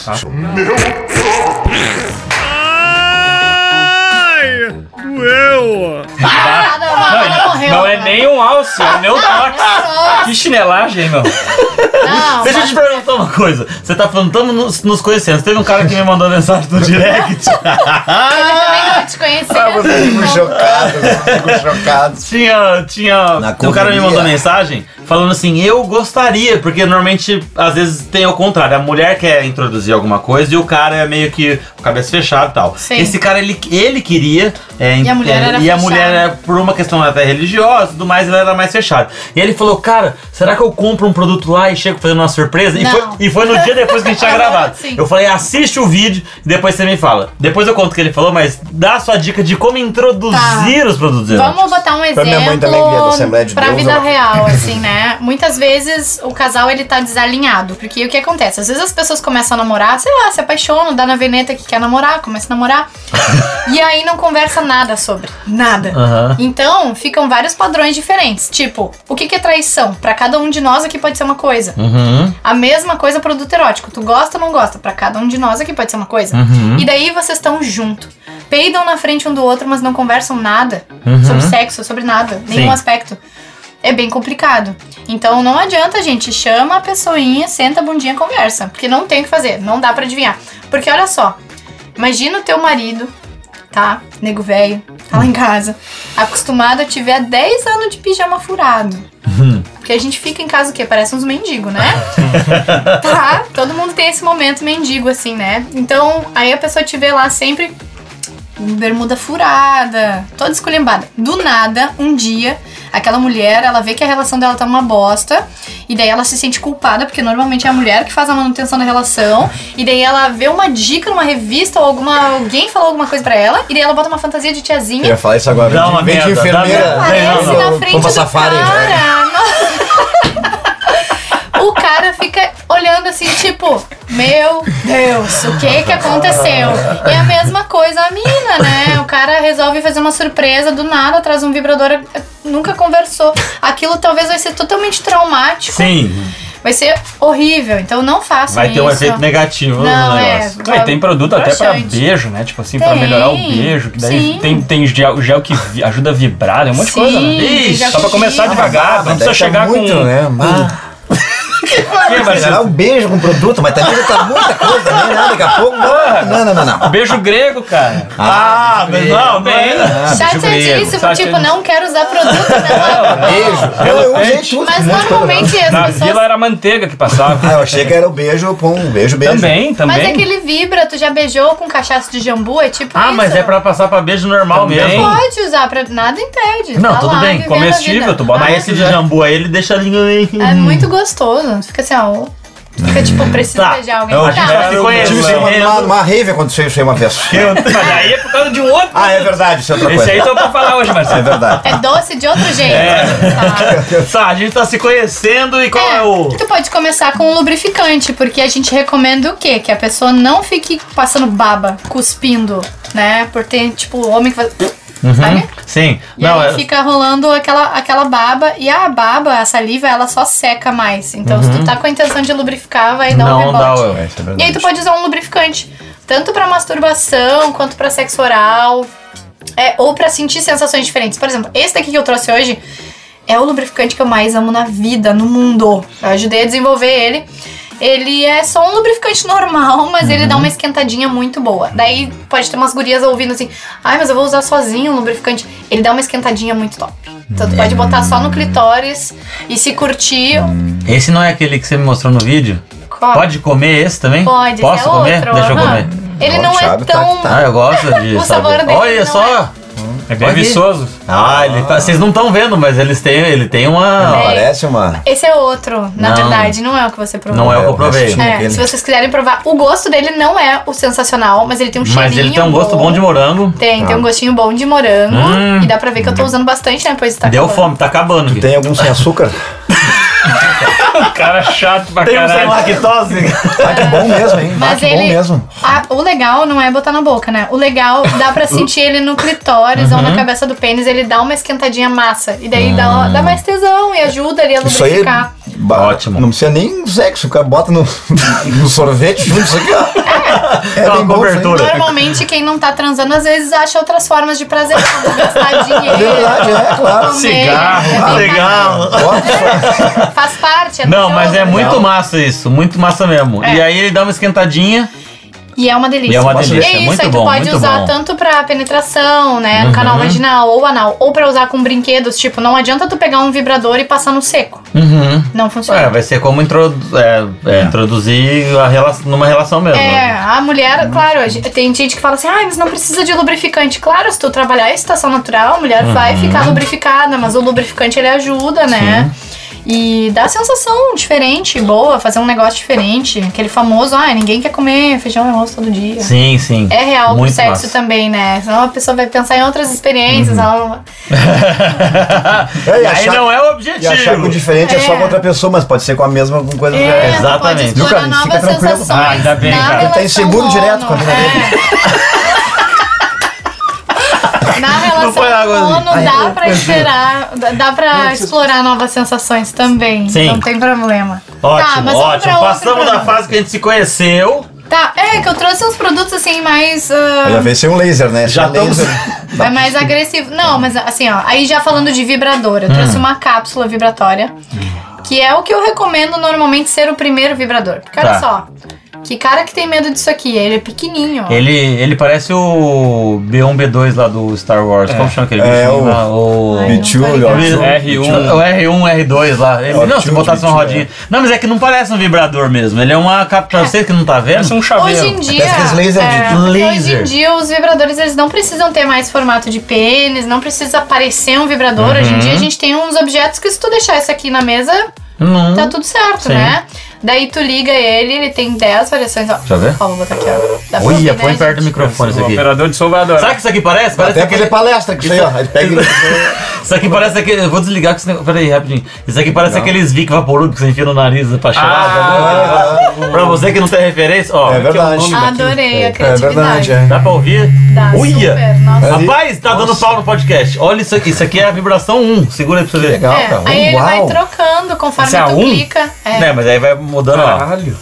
Nada, nada morreu. Não é nem um alce, é o meu toque. Nossa, Que chinelagem, hein, meu? não, Deixa eu te perguntar uma coisa. Você tá falando, estamos nos, nos conhecendo. Teve um cara que me mandou mensagem no direct. ele também não te conhecia. Ah, vocês ficam então. chocados, vocês ficam chocados. Tinha, tinha. Na Um cara me correria. mandou mensagem falando assim: eu gostaria, porque normalmente às vezes tem o contrário, a mulher quer introduzir alguma coisa e o cara é meio que com a cabeça fechada e tal. Sim. Esse cara ele, ele queria. É, E a mulher é, era E a fechada. mulher, era, por uma questão até religiosa e tudo mais, ela era mais fechada. E ele falou: cara, será que eu compro um produto lá e chego fazendo uma surpresa? E Não. foi, e foi no dia depois que a gente tinha gravado. Sim. Eu falei: assiste o vídeo e depois você me fala. Depois eu conto o que ele falou, mas dá a sua dica de como introduzir Tá. os produtos eróticos. Vamos botar um Pra exemplo minha mãe também, que é da Assembleia de pra Deus, vida ela- real, assim, né? Muitas vezes o casal, ele tá desalinhado. Porque o que acontece? Às vezes as pessoas começam a namorar, sei lá, se apaixonam, dá na veneta que quer namorar, começa a namorar. E aí não conversa nada sobre. Nada. Aham. Então, ficam vários padrões diferentes. Tipo, o que que é traição? Pra cada um de nós aqui pode ser uma coisa. Uhum. A mesma coisa produto erótico. Tu gosta ou não gosta? Pra cada um de nós aqui pode ser uma coisa. Uhum. E daí vocês estão junto. Peidam na frente um do outro, mas não conversam nada sobre sexo, sobre nada, nenhum Sim. aspecto. É bem complicado. Então não adianta, gente. Chama a pessoinha, senta a bundinha e conversa. Porque não tem o que fazer, não dá pra adivinhar. Porque olha só, imagina o teu marido, tá? Nego velho, tá lá em casa, acostumado a te ver há dez anos de pijama furado. Porque a gente fica em casa o quê? Parece uns mendigos, né? Tá? Todo mundo tem esse momento mendigo, assim, né? Então, aí a pessoa te vê lá sempre bermuda furada, toda esculhambada. Do nada, um dia, aquela mulher, ela vê que a relação dela tá uma bosta, e daí ela se sente culpada, porque normalmente é a mulher que faz a manutenção da relação, e daí ela vê uma dica numa revista ou alguma, alguém falou alguma coisa pra ela, e daí ela bota uma fantasia de Eu tiazinha. ia falar isso agora. Dá uma Vem de merda, dá enfermeira. merda. Aparece Não, não, na frente Vamos do safari, né? cara. O cara fica olhando assim, tipo, meu Deus, o que que aconteceu? E a mesma coisa a mina, né? O cara resolve fazer uma surpresa do nada, traz um vibrador, nunca conversou. Aquilo talvez vai ser totalmente traumático. Sim. vai ser horrível. Então não façam Vai isso. ter um efeito negativo Não, no é. negócio. Ah, e tem produto até pra Broxante. beijo, né? Tipo assim, pra Tem, melhorar o beijo. Que daí sim. tem, tem gel, gel que vi- ajuda a vibrar, tem um monte de Sim, coisa, né? tem Ixi, gel só pra que começar vibra. devagar, não precisa chegar muito, com... né? Que, mas Será um beijo com produto, mas também tá muita coisa também, né? Daqui a pouco. Não, não, não, não. Beijo grego, cara. Ah, mas não, não é. Ah, Chateadíssimo, grego. tipo, não quero usar produto, né? Beijo. Não, eu usei tudo. Mas um monte de coisa. normalmente as Na pessoas... vila era manteiga que passava. Ah, eu achei que era o beijo com um beijo, beijo. Também, Mas também. é que ele vibra, tu já beijou com cachaça de jambu, é tipo Ah, isso. mas é pra passar pra beijo normal Também. mesmo. Pode usar pra... Nada impede. Não, tá tudo lá, bem, vivendo a comestível, vida. tu bota Mas Ah, esse de jambu aí, ele deixa a língua meio... É muito gostoso. Tu fica assim, ó... Tu fica tipo, preciso Tá, beijar alguém. eu Tá. já se Eu tive conhecendo. uma, uma rave aconteceu isso aí uma vez. Mas aí é por causa de um outro. Ah, é verdade, isso é outra Esse coisa. aí tô pra falar hoje, É Marcelo. verdade. É doce de outro jeito. Tá. Tá, a gente tá se conhecendo e qual é, É, o... tu pode começar com um lubrificante, porque a gente recomenda o quê? Que a pessoa não fique passando baba, cuspindo, né? Por ter, tipo, homem que faz... Sabe? Sim. E Não, aí é... fica rolando aquela, aquela baba, e a baba, a saliva, ela só seca mais. Então, se tu tá com a intenção de lubrificar, vai dar um Não dá rebote. o... É, isso é verdade. E aí tu pode usar um lubrificante, tanto pra masturbação quanto pra sexo oral, é, ou pra sentir sensações diferentes. Por exemplo, esse daqui que eu trouxe hoje é o lubrificante que eu mais amo na vida, no mundo. Eu ajudei a desenvolver ele. Ele é só um lubrificante normal, mas ele dá uma esquentadinha muito boa. Daí pode ter umas gurias ouvindo assim, ai, mas eu vou usar sozinho um lubrificante. Ele dá uma esquentadinha muito top. Então tu pode botar só no clitóris e se curtir. Esse não é aquele que você me mostrou no vídeo? Qual? Pode comer esse também? Pode, Posso esse é comer? outro. Deixa eu aham. comer. Ele Ó, não o é Thiago tá tão... que tá. Ah, eu gosto de O saber. sabor dele Olha não só. É bem Aqui. viçoso. Ah, ele tá... vocês não estão vendo, mas eles têm, ele tem uma... É. Parece uma... Esse é outro, na Não. verdade, não é o que você provou. Não é o que eu É, o provei. restinho. É, Aquele. se vocês quiserem provar, o gosto dele não é o sensacional, mas ele tem um cheirinho Mas ele tem um gosto bom de morango. Tem, tem um gostinho bom de morango. Hum. E dá pra ver que eu tô usando bastante, né? Pois tá Deu acabando. fome, tá acabando aqui. Tem algum sem açúcar? Cara chato pra Tem um sem caralho. lactose. Ah, que bom mesmo, hein? Ah, Mas que bom ele. mesmo. a- o legal não é botar na boca, né? O legal dá pra sentir ele no clitóris ou Uhum. na cabeça do pênis, ele dá uma esquentadinha massa. E daí dá, dá mais tesão e ajuda ali a Isso aí... lubrificar. ba- Ótimo. Não precisa nem sexo, o cara bota no, no sorvete junto, isso aqui, ó. É Dá uma bem bom isso aí. cobertura. Normalmente, quem não tá transando, às vezes acha outras formas de prazer. Como gastar É dinheiro. verdade, é, claro. comer, Cigarro, é bem Legal. Bota só. Faz parte. É do Não, jogo, mas é né? muito massa isso, muito massa mesmo. É. E aí ele dá uma esquentadinha E é uma delícia. e é uma Posso delícia, É isso, muito aí tu bom, pode muito usar bom. tanto pra penetração, né, no Uhum. canal vaginal ou anal, ou pra usar com brinquedos, tipo, não adianta tu pegar um vibrador e passar no seco. Uhum. Não funciona. É, vai ser como introdu é, é, introduzir a relação, numa relação mesmo. É, a mulher, claro, a gente- tem gente que fala assim, ah, mas não precisa de lubrificante. Claro, se tu trabalhar em estação natural, a mulher Uhum. vai ficar lubrificada, mas o lubrificante ele ajuda, né? E dá sensação diferente, boa, fazer um negócio diferente. Aquele famoso, ah, ninguém quer comer feijão e arroz todo dia. Sim, sim. É real pro muito sexo massa. também, né? Senão a pessoa vai pensar em outras experiências. Ela não... É, e e aí achar- não é o E objetivo. achar que o diferente é. só É. com outra pessoa, mas pode ser com a mesma com coisa É, diferente. tu pode Exatamente. explorar Viu, cara? novas Fica tranquilo. sensações. Ah, ainda bem, na cara. Ele tá relação inseguro direto mono, com a vida é. Na relação foi água ali. mono, dá pra esperar, dá- dá pra explorar novas sensações também. Sim. Não tem problema. Ótimo, tá, mas vamos ótimo. pra outro Passamos da produto. fase que a gente se conheceu. Tá, é que eu trouxe uns produtos assim mais... ah, Já veio ser um laser, né? Já Esse é estamos- laser. é mais agressivo. Não, mas assim, ó. Aí já falando de vibrador, eu Hum. trouxe uma cápsula vibratória. Que é o que eu recomendo normalmente ser o primeiro vibrador. Porque olha Tá. só. Que cara que tem medo disso aqui? Ele é pequenininho, ó. Ele, ele parece o B um, B dois lá do Star Wars. Como chama aquele É, bichinho o- lá? O... Ai, B não tô dois, ligada. ó. R um. O R um, R dois lá. Ele, Ó, não, se tio, botasse uma tio, rodinha. Não, mas é que não parece um vibrador mesmo. Ele é uma cápsula. Pra você que não tá vendo. Parece um chaveiro. Hoje em dia, Parece aqueles laser de- é, porque laser. hoje em dia os vibradores eles não precisam ter mais formato de pênis, não precisa parecer um vibrador. Hoje Uhum. em dia a gente tem uns objetos que se tu deixar isso aqui na mesa, Não. tá tudo certo, Sim. né? Daí tu liga ele, ele tem dez variações, ó. Deixa eu ver. Ó, vou botar aqui, ó. Dá pra ouvir, Olha, né, põe perto do gente? microfone isso O aqui. operador de Salvador. Sabe o que isso aqui parece? Parece Até aquele... fazer palestra com isso aí, ó. Ele pega e... Isso aqui parece aquele... Eu vou desligar com esse negócio. Peraí, rapidinho. Isso aqui parece aqueles Vic Vaporub que você enfia no nariz pra cheirar. Ah, tá? Pra você que não tem referência, ó. É verdade. nome daquilo? Adorei a É criatividade. verdade, é. Dá pra ouvir? Dá, Uia! super, nossa. Rapaz, tá dando pau no podcast. Olha isso aqui. Isso aqui é a vibração um. Segura aí pra você ver. Legal, É, cara. aí ele vai Uau. trocando conforme Esse é a tu um? clica. É, É, mas aí vai mudando, ó. Caralho.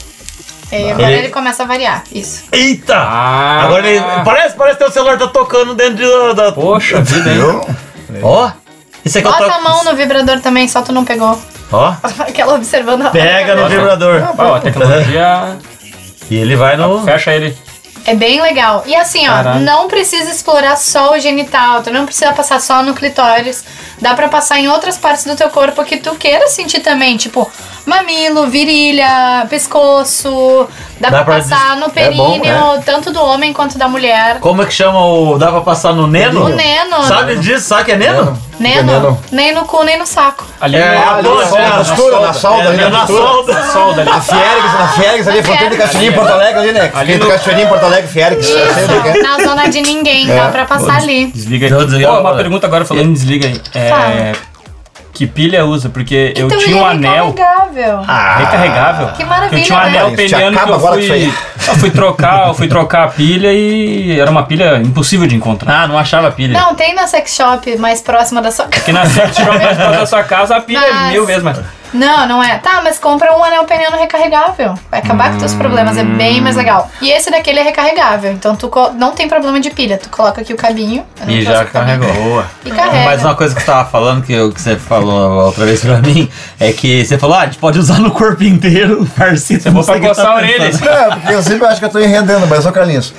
e agora Ele- ele começa a variar. Isso. Eita! Ah. Agora ele... Parece, parece que o celular tá tocando dentro da... da- Poxa vida, hein? Viu? Ó! Isso aqui eu Bota tô... a mão no vibrador também, só tu não pegou. Ó! Aquela observando a Pega no vibrador. Ó, a tecnologia E ele vai no... fecha ele. É bem legal. E assim, ó, Caralho. não precisa explorar só o genital, tu não precisa passar só no clitóris. Dá pra passar em outras partes do teu corpo que tu queira sentir também, tipo mamilo, virilha, pescoço. Dá, Dá pra, pra passar no é períneo, bom, tanto do homem quanto da mulher. Como é que chama o... Dá pra passar no neno? O neno. Sabe disso? Sabe que é neno? Neno, Neno. nem no cu, nem no saco. Ali É, no- ali, no- ó, Na costura, na solda, É, ali na na costura. solda. na solda ali. A Fiergs, na Fiergs, ali, fronteira de Cachoeirinha em Porto Alegre, ali, né? Ali Entre no- Cachoeirinha em Porto Alegre, Fiergs. eu sei onde é que é. Isso, na zona de ninguém, dá pra passar ali. Desliga aí. Não, desliga Pô, agora. uma pergunta agora falando em desliga aí. É, Fala. que pilha usa? Porque eu Então tinha ele um é anel recarregável. recarregável. Que maravilha, Eu tinha um né? anel Isso, peniano que acaba eu agora com fui, isso eu fui trocar, eu fui trocar a pilha e era uma pilha impossível de encontrar. Ah, não achava pilha. Não, tem na sex shop mais próxima da sua casa. Porque na sex shop mais perto da sua casa a pilha Mas- é mil vezes mais. Não, não é. Tá, mas compra um anel peniano recarregável. Vai acabar com teus problemas, é bem mais legal. E esse daqui ele é recarregável, então tu co- não tem problema de pilha. Tu coloca aqui o cabinho. eu não E trouxe já o cabinho. carregou. Boa. E carrega. Mas uma coisa que você tava falando, que, eu, que você falou outra vez pra mim, é que você falou, ah, a gente pode usar no corpo inteiro, farcito. É bom pra coçar a orelha. É, porque eu sempre acho que eu tô rendendo, mas eu sou Carlinhos.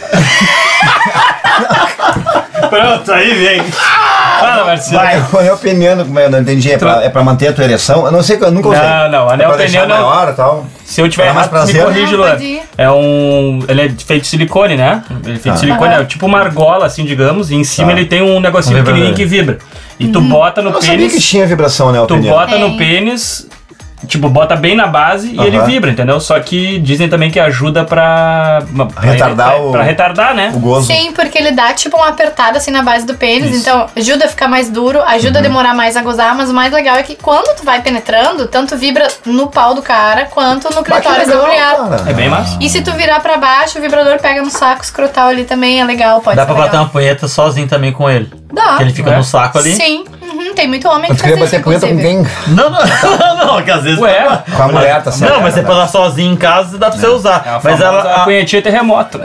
Pronto, aí vem. Fala, Marcelo. Vai, o anel peniano, como eu não entendi, é pra, é pra manter a tua ereção? Eu não sei, eu nunca usei. Não, não, anel é pra deixar peniano- maior e tal. Se eu tiver Dá mais errado, me prazer? corrige, Não, Luan. pode ir. É um. Ele é feito de silicone, né? Ele é feito de silicone, é tipo uma argola, assim, digamos, e em cima Tá. ele tem um negocinho Um pequenininho vibrador. que vibra. E tu bota no Eu não sabia que pênis. tinha vibração anel Tu peniano. bota no Tem. pênis, tipo, bota bem na base e Aham. ele vibra, entendeu? Só que dizem também que ajuda pra. pra Retardar pra, o- pra retardar, né? O gozo. Sim, porque ele dá tipo uma apertada assim na base do pênis, Isso. então ajuda a ficar mais duro, ajuda a demorar mais a gozar, mas o mais legal é que quando tu vai penetrando, tanto vibra no pau do cara quanto no Mas que clitóris da legal, mulher. cara. É bem massa. E se tu virar pra baixo, o vibrador pega no saco escrotal ali também, é legal, pode Dá ser pra bater legal. uma punheta sozinho também com ele. Dá. Que ele fica É? no saco ali. Sim, uhum, tem muito homem que Tu queria faz isso, bater punheta com inclusive. quem? Não, não, não, que às vezes... Ué, Com a mulher, tá certo. Não, mas você pode dar sozinho em casa dá pra você usar. é a mas famosa ela... a punhetinha terremoto.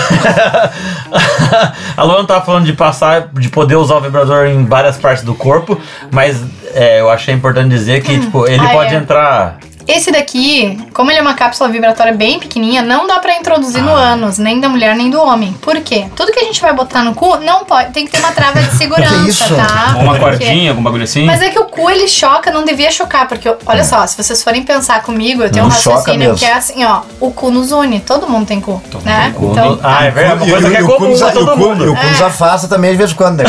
A Luana tava falando de passar, de poder usar o vibrador em várias partes do corpo, mas é, eu achei importante dizer que tipo, ele Ah, pode é. entrar. Esse daqui, como ele é uma cápsula vibratória bem pequenininha, não dá pra introduzir Ah. no ânus, nem da mulher, nem do homem. Por quê? Tudo que a gente vai botar no cu, não pode, tem que ter uma trava de segurança, Que isso? tá? Ou uma Porque- cordinha, algum bagulho assim. Mas é que o cu ele choca, não devia chocar, porque olha só, se vocês forem pensar comigo, eu tenho um Não choca raciocínio mesmo. que é assim, ó, o cu nos une, todo mundo tem cu, né? tem cu. Então, Ah, é verdade, uma E coisa o- que é e o cu comum nos- pra e o todo cu- mundo. E o cu nos afasta também de vez em quando, né?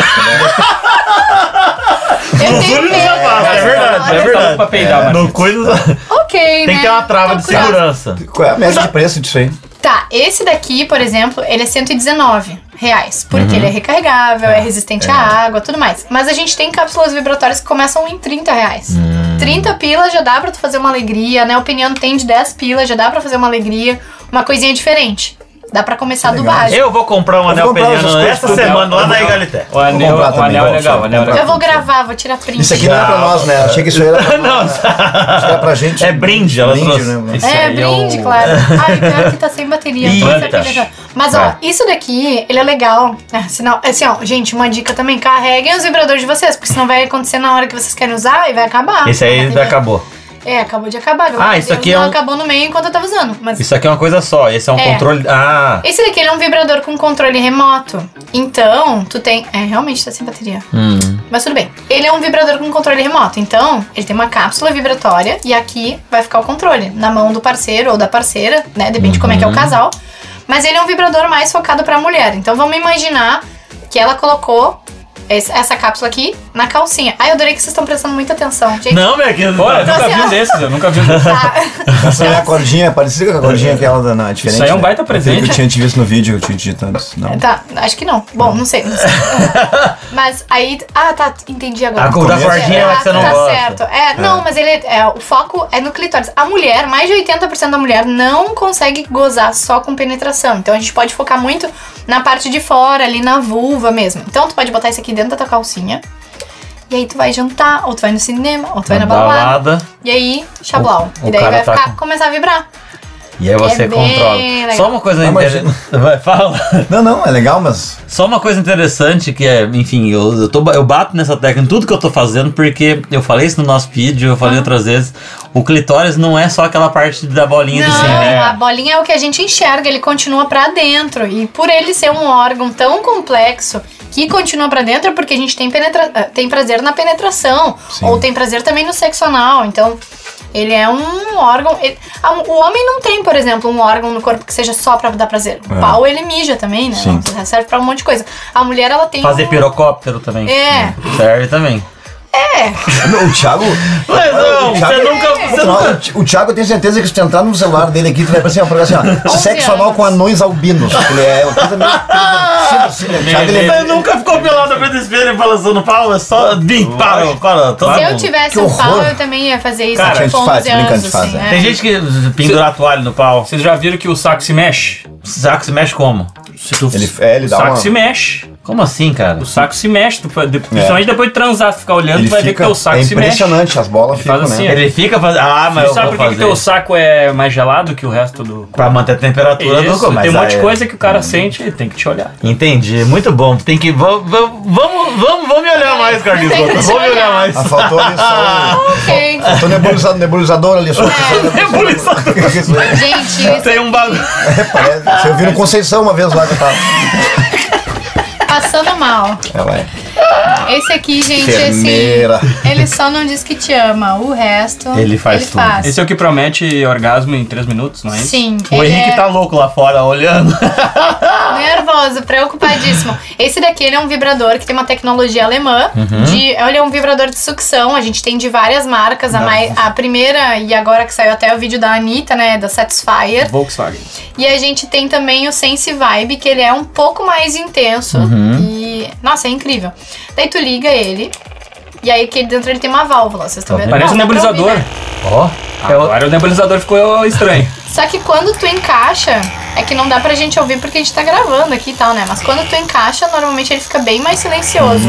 eu tenho Tudo medo. já passa, é verdade, é Tá verdade. pra peidar, No Marcelo. coisa Ok, tem né? que ter uma trava Tô de curiosa. segurança. Qual é a média de preço disso aí? Tá, esse daqui, por exemplo, ele é cento e dezenove reais. Porque ele é recarregável, é resistente à água, tudo mais. Mas a gente tem cápsulas vibratórias que começam em trinta reais. trinta pilas já dá pra tu fazer uma alegria, né? O Peniano tem de dez pilas, já dá pra fazer uma alegria. Uma coisinha diferente. Dá pra começar do legal. básico. Eu vou comprar um vou anel comprar peniano essas coisas essa pro semana lá Anel. na Egalité. O anel, comprar o também, anel é vou, legal, só o anel é comprar. legal. Eu vou gravar, vou tirar print. Isso aqui não é pra nós, né? Achei que isso aí era pra Não, Acho que era pra gente. É brinde, ela brinde, trouxe. né? Esse É, aí é brinde, o- claro. Ai, pior que tá sem bateria. Ih, tô sem eita. pilha já. Mas, ó, Vai. isso daqui, ele é legal. É, senão, assim, ó, gente, uma dica também. Carreguem os vibradores de vocês, porque senão vai acontecer na hora que vocês querem usar e vai acabar. Esse aí Entendeu? acabou. É, acabou de acabar. Graças Ah, a isso Deus, aqui é não um- acabou no meio enquanto eu tava usando. Mas Isso aqui é uma coisa só, esse é um É. controle. Ah, esse daqui ele é um vibrador com controle remoto. Então, tu tem... É, realmente tá sem bateria. hum. Mas tudo bem. Ele é um vibrador com controle remoto. Então, ele tem uma cápsula vibratória e aqui vai ficar o controle. Na mão do parceiro ou da parceira, né? Depende de como é que é o casal. Mas ele é um vibrador mais focado pra mulher. Então, vamos imaginar que ela colocou esse- essa cápsula aqui Na calcinha. Ai, eu adorei que vocês estão prestando muita atenção. Gente, Não, minha querida. Olha, eu nunca assim, vi ó. um desses, eu nunca vi um desses. tá. Essa é a cordinha, parecida com a cordinha aquela da na diferente. Isso aí é um né? baita Aquele presente. que eu tinha te visto no vídeo, eu tinha digitando isso. Não. Tá, acho que não. Bom, não sei. Não sei. Mas aí. Ah, tá, entendi agora. A cor da cordinha é a que você não tá gosta. certo. É, não, mas ele é, o foco é no clitóris. A mulher, mais de oitenta por cento da mulher não consegue gozar só com penetração. Então a gente pode focar muito na parte de fora, ali na vulva mesmo. Então tu pode botar isso aqui dentro da tua calcinha. E aí tu vai jantar, ou tu vai no cinema, ou tu vai na balada. E aí, chablau. O- o E daí cara vai tá ficar, com- começar a vibrar. E aí você É bem controla. legal. Só uma coisa Ah, interessante. Vai, fala. Não, não, é legal, mas. Só uma coisa interessante que é, enfim, eu, eu, tô, eu bato nessa tecla em tudo que eu tô fazendo, porque eu falei isso no nosso vídeo, eu falei outras vezes, o clitóris não é só aquela parte da bolinha de Não, cima. né? a bolinha é o que a gente enxerga, ele continua pra dentro. E por ele ser um órgão tão complexo que continua pra dentro, é porque a gente tem, penetra eh, tem prazer na penetração. Sim. Ou tem prazer também no sexo anal. Então, ele é um órgão. ele- a- o homem não tem, por exemplo, um órgão no corpo que seja só pra dar prazer. O É. pau, ele mija também, né? Sim. Não, serve pra um monte de coisa. A mulher, ela tem. Fazer um... pirocóptero também. É. Serve também. O Thiago. Mas não, o Thiago- você nunca. Você Não, nunca... o Ti- O Thiago, eu tenho certeza que se tu entrar no celular dele aqui, tu vai aparecer uma programa assim, ó. onze Sexo anal anos. com anões albinos. Ele é uma coisa meio. Sempre assim, né? O Thiago, ele Você é. nunca ficou pelado na frente do espelho e balançando pau? É só. Bim, para, para. Todo Se eu mundo. tivesse Que um horror. pau, eu também ia fazer isso. Cara, tipo, a gente faz, onze brincando, a anos, gente faz, assim, né? é. Tem gente que pendura a toalha no pau. Vocês já viram que o saco se mexe? O saco se mexe como? Se tu... Ele, é, ele o dá saco uma. se mexe. Como assim, cara? O saco se mexe. Tu, de- principalmente depois de transar, se ficar olhando, Ele tu vai ver que fica, teu saco é se mexe. impressionante, as bolas Ele faz ficam, assim, né? Ele fica fazendo. Ah, mas Tu eu sabe vou por que que fazer. teu saco é mais gelado que o resto do... Pra manter a temperatura do Isso, corpo. tem um mas monte de aí- coisa que o cara sente e tem que te olhar. Entendi, muito bom. Tem que. Vamos, vamos, vamos, vamos me olhar mais, Carlinhos. Tem que Vamos te me olhar olhar. mais. Ah, faltou ali só. Ok. Tô nebulizador, nebulizador ali só. Nebulizador. Gente, esse Tem um bagulho. É, parece. Eu vi no Conceição uma vez lá que eu tava. passando mal. Ela é. Esse aqui, gente, Enfermeira. esse. Ele só não diz que te ama. O resto. Ele faz tudo. Esse é o que promete orgasmo em três minutos, não é isso? Sim. O ele Henrique é tá louco lá fora, olhando. nervoso, preocupadíssimo. Esse daqui ele é um vibrador que tem uma tecnologia alemã. Uhum. De, ele é um vibrador de sucção. A gente tem de várias marcas. A, mai, a primeira, e agora que saiu até o vídeo da Anitta, né? Da Satisfyer. Volkswagen. E a gente tem também o Sense Vibe, que ele é um pouco mais intenso. Uhum. E. Nossa, é incrível. Daí tu liga ele. E aí aqui dentro ele tem uma válvula, vocês estão vendo? Parece um Não, dá pra nebulizador. ouvir, né? Ó. É o- Agora o nebulizador ficou estranho. Só que quando tu encaixa, é que não dá pra gente ouvir porque a gente tá gravando aqui e tal, né? Mas quando tu encaixa, normalmente ele fica bem mais silencioso.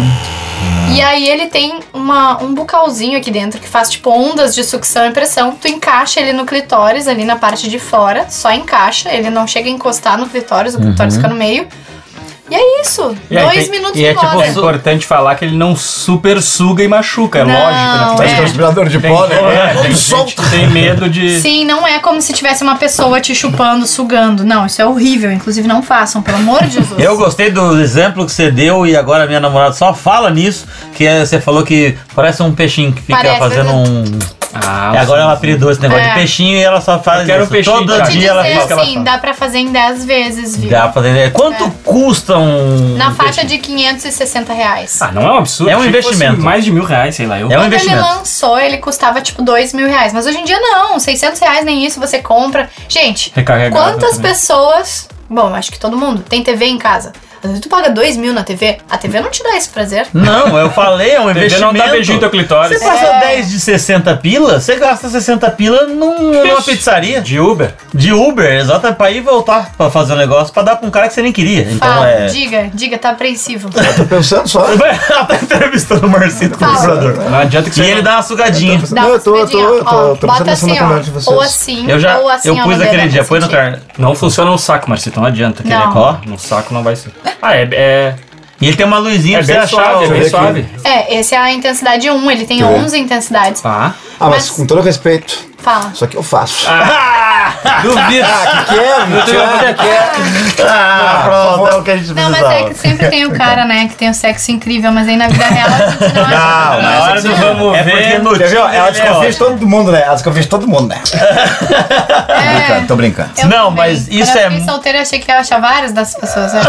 E aí ele tem uma, um bucalzinho aqui dentro que faz tipo ondas de sucção e pressão. Tu encaixa ele no clitóris, ali na parte de fora, só encaixa, ele não chega a encostar no clitóris, o clitóris fica no meio. E é isso, E aí, dois tem- minutos e é embora. tipo É importante falar que ele não super suga e machuca, é Não, lógico, né? Parece que é um é. aspirador de Tem, pó, né? é, tem gente Solta. que tem medo de... Sim, não é como se tivesse uma pessoa te chupando, sugando. Não, isso é horrível. Inclusive, não façam, pelo amor de Jesus. Eu gostei do exemplo que você deu e agora minha namorada só fala nisso, que é- você falou que parece um peixinho que fica Parece, fazendo né? um... Ah, E agora ela apelidou esse negócio É. de peixinho e ela só faz Eu quero isso. um peixinho, Todo cara. Te dia ela dizer faz o que ela assim, faz. dá pra fazer em dez vezes, viu? Dá pra fazer. Quanto É. custa um... Na um faixa peixinho? de quinhentos e sessenta reais. Ah, não é um absurdo. É um Achei que fosse investimento. mais de mil reais, sei lá. Eu... É um Quando ele investimento. lançou, ele custava tipo dois mil reais. Mas hoje em dia não, seiscentos reais nem isso você compra. Gente, Recarregável quantas também. pessoas... Bom, acho que todo mundo tem T V em casa. Às vezes tu paga dois mil na T V, a T V não te dá esse prazer. Não, eu falei, é um T V investimento. não dá beijinho no teu clitóris. Você passa É. dez de sessenta pila, você gasta sessenta pila num, numa pizzaria. De Uber. De Uber, exato, pra ir e voltar pra fazer o negócio, pra dar pra um cara que você nem queria. Então Fala, é... diga, diga, tá apreensivo. Tô pensando só. Ela tá entrevistando o Marcito com o Fala. vibrador. Não adianta que E você... ele dá uma sugadinha. Dá Não, uma eu tô, eu tô, espadinha, eu tô, ó, tô prestando bota atenção assim, na ó, conversa de vocês. ou assim, Eu já ou assim, eu ó, pus no aquele dedo, dia, pra põe no sentir. carne. Não funciona no saco, Marcito, não adianta. Que Não. ele é- Ó, no saco não vai ser. Ah, é... é... E ele tem uma luzinha É pra você bem achar. suave, é o- bem aqui. suave. É, esse é a intensidade um, ele tem Deixa eu ver. onze intensidades. Tá. Ah, mas Mas- com todo respeito, Fala. Isso aqui eu faço. Duvido. Ah, que que é, gente? Que que é? Ah, pronto, é o que a gente Não, precisava. mas é que sempre tem o cara, né, que tem o sexo incrível, mas aí na vida real a gente não acha. Na hora do vamos É ver. porque no Quer ver? ó? Tinder Ela ele é desconfia de ótimo. todo mundo, né? Ela desconfia de todo mundo, né? Tô brincando, tô brincando. Eu Não, também. mas isso Quando é eu fiquei solteira, eu achei que eu ia achar várias dessas pessoas. né?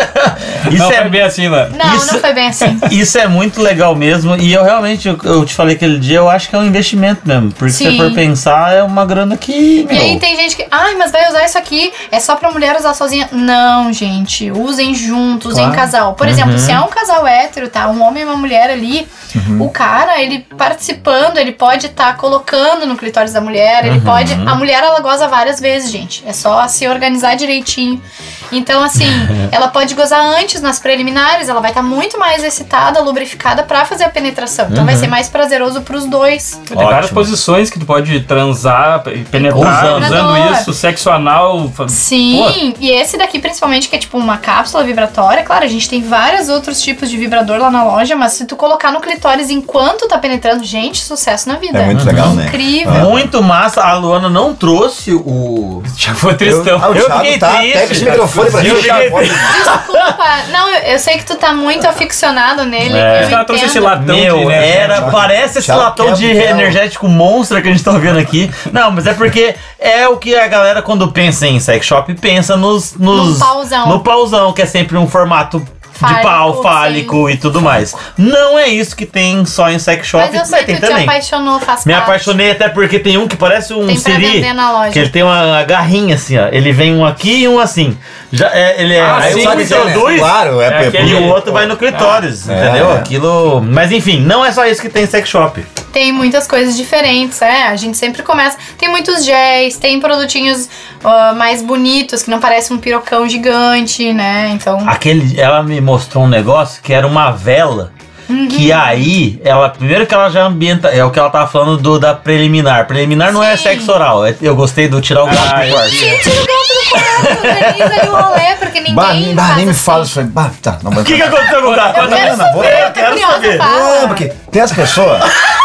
Isso Não é foi bem assim, lá. Não, Isso- não foi bem assim. Isso é muito legal mesmo, e eu realmente, eu, eu te falei aquele dia, eu acho que é um investimento mesmo, porque se Sim. você for pensar, é uma grana que, E aí meu, tem gente que, ai, mas vai usar isso aqui, é só pra mulher usar sozinha. Não, gente, usem juntos, usem em casal. Por exemplo, se é um casal hétero, tá? Um homem e uma mulher ali, o cara, ele participando, ele pode estar colocando no clitóris da mulher, ele pode... A mulher, ela goza várias vezes, gente. É só se organizar direitinho. Então, assim, ela pode gozar antes, nas preliminares, ela vai estar muito mais excitada, lubrificada pra fazer a penetração. Então vai ser mais prazeroso pros dois. Tem várias Ótimo. posições que tu pode transar e penetrar Usando. usando Penetrador. isso, sexo anal. fa- Sim, e esse daqui principalmente, que é tipo uma cápsula vibratória. Claro, a gente tem vários outros tipos de vibrador lá na loja, mas se tu colocar no clitóris enquanto tá penetrando, gente, sucesso na vida. É muito legal, né? Incrível. muito massa. A Luana não trouxe o... Pô, já foi tristão. Ah, o Eu Thiago fiquei tá, triste, pega esse cara. microfone pra Eu gente. fiquei Thiago. Desculpa. Não, eu, eu sei que tu tá muito aficionado nele. É. eu Os caras trouxeram esse entendo. latão Meu, de, né, era, Thiago- parece esse Thiago latão de quebra, Thiago. energético monstro que a gente tá vendo aqui. Não, mas é porque é o que a galera, quando pensa em sex shop, pensa nos... nos No pauzão. No pauzão, que é sempre um formato de Fálico, pau, fálico e tudo mais. Não é isso que tem só em sex shop, Mas eu sei que tem tu te também. apaixonou, faz Me parte. apaixonei até porque tem um que parece um Tem pra siri, vender na loja. que ele tem uma garrinha assim, ó. Ele vem um aqui e um assim. Já é, ele é, Ah, aí sim, um sabe que é, né? introduz Claro, é, É é aquele- e o outro vai no clitóris, É. entendeu? É. Aquilo. Mas enfim, não é só isso que tem em sex shop. Tem muitas coisas diferentes, é. A gente sempre começa. Tem muitos géis, tem produtinhos ah, mais bonitos, que não parece um pirocão gigante, né? Então. Aquele, ela me mostrou um negócio que era uma vela. Que aí, ela, primeiro que ela já ambienta, é o que ela tava falando do, da preliminar. Preliminar não é Sim. sexo oral, é- eu gostei do tirar o gato Ah, do quarto. Tira o gato do quarto, organiza ali o rolê, porque ninguém. Bah, nem, bah, faz nem me assim. fala isso aí. Bah, tá, não vai O que, que aconteceu com o gato? Eu quero Não, não, saber, eu tô quero curiosa, saber. fala. Não, porque tem as pessoas.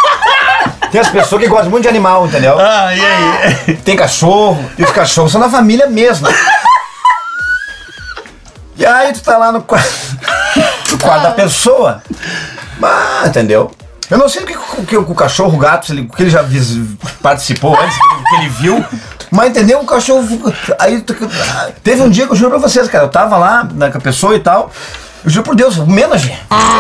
Tem as pessoas que gostam muito de animal, entendeu? Ah, e aí? Tem cachorro, e os cachorros são da família mesmo. E aí tu tá lá no quarto, no quarto da pessoa. Ah, entendeu? Eu não sei o que, o que o cachorro, o gato, se ele, o que ele já vis- participou antes, o que ele viu. Mas entendeu? O cachorro. Aí tu- teve um dia que eu juro pra vocês, cara. Eu tava lá né, com a pessoa e tal. Eu juro por Deus, menos. gente.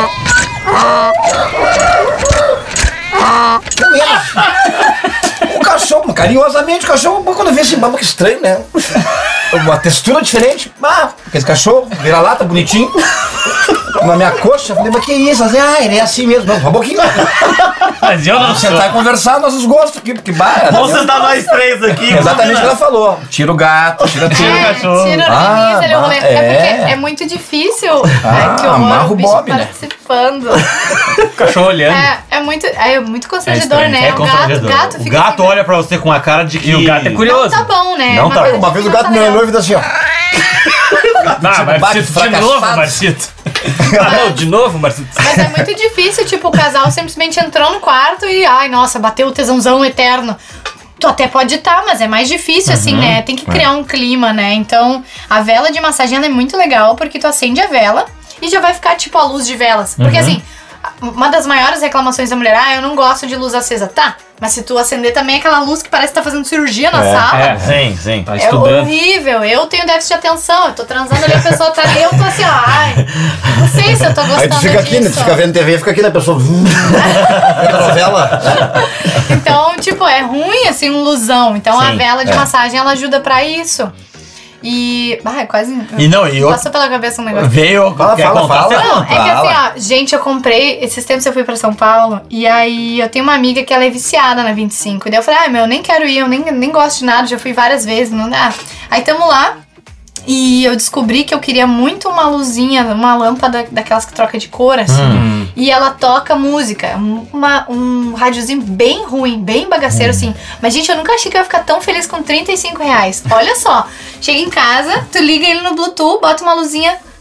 Menos. O cachorro, carinhosamente, o cachorro, quando eu vi assim, bamba que estranho, né? Uma textura diferente. Ah, aquele cachorro, vira-lata, bonitinho. Na minha coxa, eu falei, mas que isso? Assim, ah, ele é assim mesmo. Não, só um pouquinho. Mas eu não Vamos sou. sentar e conversar nossos gostos aqui, porque bah, Vamos sentar nós três aqui. exatamente o que ela falou. Tira o gato, tira tudo. É, cachorro. tira, Ah, organiza ali o rolê. É. é. porque é muito difícil. Ah, é, que horror, amarra o o bicho Bob, né? participando. O cachorro olhando. É, é muito, é muito constrangedor, estranho, né? É o gato, constrangedor. gato O fica gato assim, olha pra você com a cara de que. E o gato é Não curioso. tá bom, né? Não tá coisa bom. Uma que vez o não gato tá me legal. olhou e fez assim, ó. Ah, bate Marcito, de fracassado. novo, Marcito. Ah, não, de novo, Marcito. Mas é muito difícil, tipo, o casal simplesmente entrou no quarto e, ai, nossa, bateu o tesãozão eterno. Tu até pode estar, mas é mais difícil, assim, né? Tem que criar um clima, né? Então, a vela de massagem ela é muito legal, porque tu acende a vela e já vai ficar, tipo, a luz de velas. Porque, assim, uma das maiores reclamações da mulher, ah, eu não gosto de luz acesa. Tá, mas se tu acender também aquela luz que parece que tá fazendo cirurgia na sala... é. Sim, sim. Tá É estudando. horrível, eu tenho déficit de atenção, eu tô transando ali, a pessoa tá ali, eu tô assim, ó, ai, não sei se eu tô gostando Aí tu fica aqui, né? disso. Tu fica vendo T V, fica aqui, né? A pessoa. Vendo a novela. Então, tipo, é ruim, assim, um luzão. Então, a Sim, vela de é. massagem, ela ajuda pra isso. E, ah, é quase... E não, e outro. Passou pela cabeça um negócio. Veio. Fala, quer fala, contar? fala. Você Não, conta. é que assim, Fala. ó, gente, eu comprei, esses tempos eu fui pra São Paulo, e aí eu tenho uma amiga que ela é viciada na vinte e cinco, e daí eu falei, ah, meu, eu nem quero ir, eu nem, nem gosto de nada, já fui várias vezes, não dá. Aí tamo lá, e eu descobri que eu queria muito uma luzinha, uma lâmpada daquelas que troca de cor, assim, Hum. e ela toca música, uma, um rádiozinho bem ruim, bem bagaceiro, assim, mas gente, eu nunca achei que eu ia ficar tão feliz com trinta e cinco reais. Olha só, chega em casa, tu liga ele no Bluetooth, bota uma luzinha,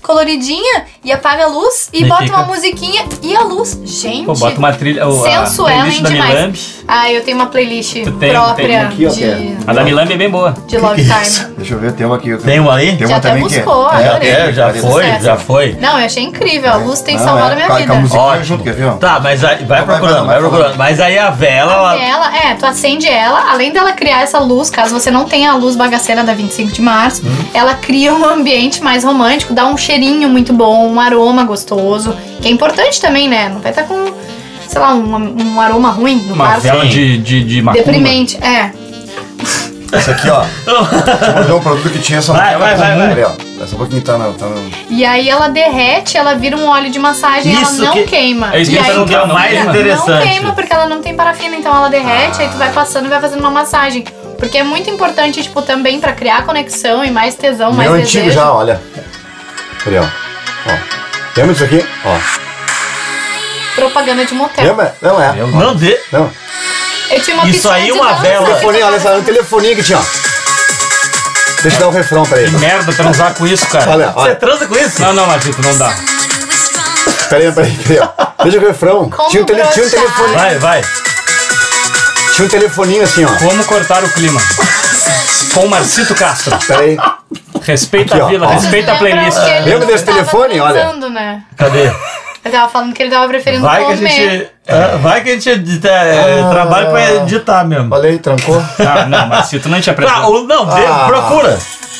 coloridinha e apaga a luz e, E bota fica- uma musiquinha e a luz. Gente, Pô, bota uma trilha. o- a sensuela playlist hein, da demais. Milambi. Ah, eu tenho uma playlist Tu tem- própria tem aqui, ó, que de, A da Milambi é bem boa. de Love Time. Deixa eu ver, tem uma aqui. Tem um aí? Tem Já uma até também que buscou, é. adorei. É, já foi, Sucesso. já foi. Não, eu achei incrível. A luz tem Não, salvado é, a minha com a- vida. com a musiquinha Ótimo. junto, quer ver, ó? Tá, mas aí, vai Vai, vai, procurando, não, vai vai procurando. falando. Mas aí a vela, ela... Ela, é, tu acende ela, além dela criar essa luz, caso você não tenha a luz bagaceira da vinte e cinco de março, Hum. ela cria um ambiente mais romântico, dá um cheirinho muito bom, um aroma gostoso, que é importante também, né? Não vai estar com, sei lá, um, um aroma ruim no Uma quarto. vela de, de, de macumba. Deprimente, é. Esse aqui, ó. Vamos ver um produto que tinha essa Vai, vai, vai, vai. Ali, ó. Essa pouquinho tá no... Tá no... E aí ela derrete, ela vira um óleo de massagem, Isso ela não que- queima. é isso e que eu aí ia perguntar, que é o não mais queima? interessante. Não queima porque ela não tem parafina, então ela derrete, aí tu vai passando e vai fazendo uma massagem. Porque é muito importante, tipo, também pra criar conexão e mais tesão, mais Meu desejo. antigo já, olha. Ali, ó. Ó. Lembra disso aqui? Ó. Propaganda de motel. Lembra? Não é. Meu Não dê... Não. Eu tinha uma Isso piscina aí, de uma dança vela. que Telefoninho, olha tocava- essa, um telefoninho que tinha, ó. Deixa eu dar o refrão pra ele. Que merda transar com isso, cara. Olha, Você olha. transa com isso? Não, não, Marcito, não dá. Peraí, peraí, peraí, ó. Deixa o refrão. Como Tinha um, tele, tinha um broxar. telefoninho. Vai, vai. Tinha um telefoninho assim, ó. Como cortar o clima? Com Marcito Castro. Peraí. Respeita Aqui, ó, a vila, ó. respeita a Lembra playlist. que ele Lembra desse tava telefone? Olha. transando, né? Cadê? Eu tava falando que ele tava preferindo Vai que a comer. gente... ah, vai que a gente edita, é, Ah. trabalha pra editar mesmo. Olha aí, trancou. Ah, não, Marcito, não te Tá, apresentou. o, não, dê- Ah. procura.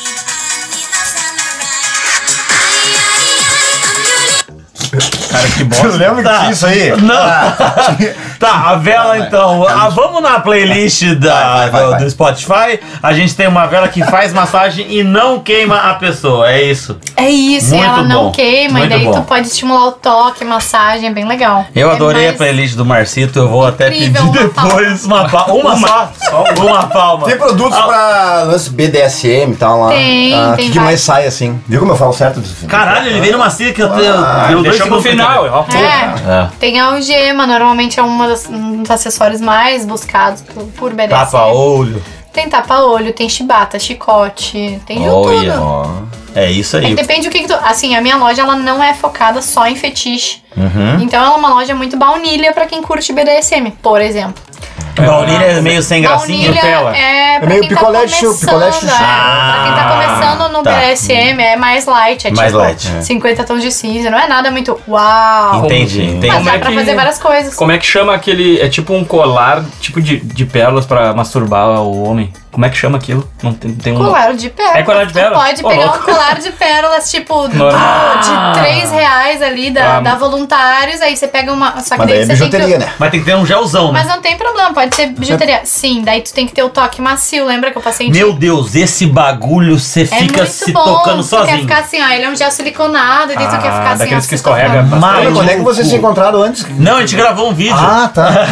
Cara, que Tu bosta. lembra que Tá. tinha isso aí? Não. Ah. Tá, a vela então. Ah, vamos na playlist da, Vai, vai, vai, do, vai. do Spotify. A gente tem uma vela que faz massagem e não queima a pessoa. É isso. É isso, e Muito ela não bom, queima, muito e daí bom. tu pode estimular o toque, massagem, é bem legal. Eu É adorei mais- a playlist do Marcito. Eu vou até Incrível, pedir uma depois uma palma. Uma, só. Uma palma. Tem produtos Ah, pra lance B D S M e tal lá. Tem, ah, tem que, que mais sai assim? Viu como eu falo certo disso? Caralho, ele veio numa cia que eu tenho. Ah, deu dois Deixa pro segundos pra final, entender. ó. pô. É, É. tem a algema, normalmente é uma das- um dos acessórios mais buscados por, por B D S M. Tapa-olho. Tem tapa-olho, tem chibata, chicote, tem de Olha. tudo. É isso É que aí. depende do que, que tu... Assim, a minha loja, ela não é focada só em fetiche. Uhum. Então ela é uma loja muito baunilha pra quem curte B D S M, por exemplo. Baunilha é meio sem gracinha. Baunilha Nutella. é pra É meio quem picolé tá de chu- começando, picolé de chuchu. é, pra quem tá começando no tá. B D S M é mais light, é Mais tipo light, é. cinquenta tons de cinza, não é nada muito uau. Entendi, entendi. Mas Como dá é pra que- fazer várias coisas. Como é que chama aquele. É tipo um colar, tipo de, de pérolas pra masturbar o homem. Como é que chama aquilo? Não tem, tem um. Colar de pérolas. É colar de pérolas? Tu pode Ô, pegar louco. um colar de pérolas, tipo, do- Normal. de três reais ali, da, Ah. da Voluntários, aí você pega uma... Só que Mas daí é daí você tem bijuteria, que... né? Mas tem que ter um gelzão, né? Mas não tem problema, pode ser bijuteria. Sim, daí tu tem que ter o toque macio, lembra que eu passei em ti? Meu Deus, esse bagulho você É fica muito se bom. tocando tu quer sozinho. ficar assim, ó, ele é um gel siliconado, e daí tu quer ficar Ah, assim, daqueles ó, que se tocando. escorrega bastante. Mas- Quando é que vocês se encontraram antes? Não, a gente gravou um vídeo. Ah,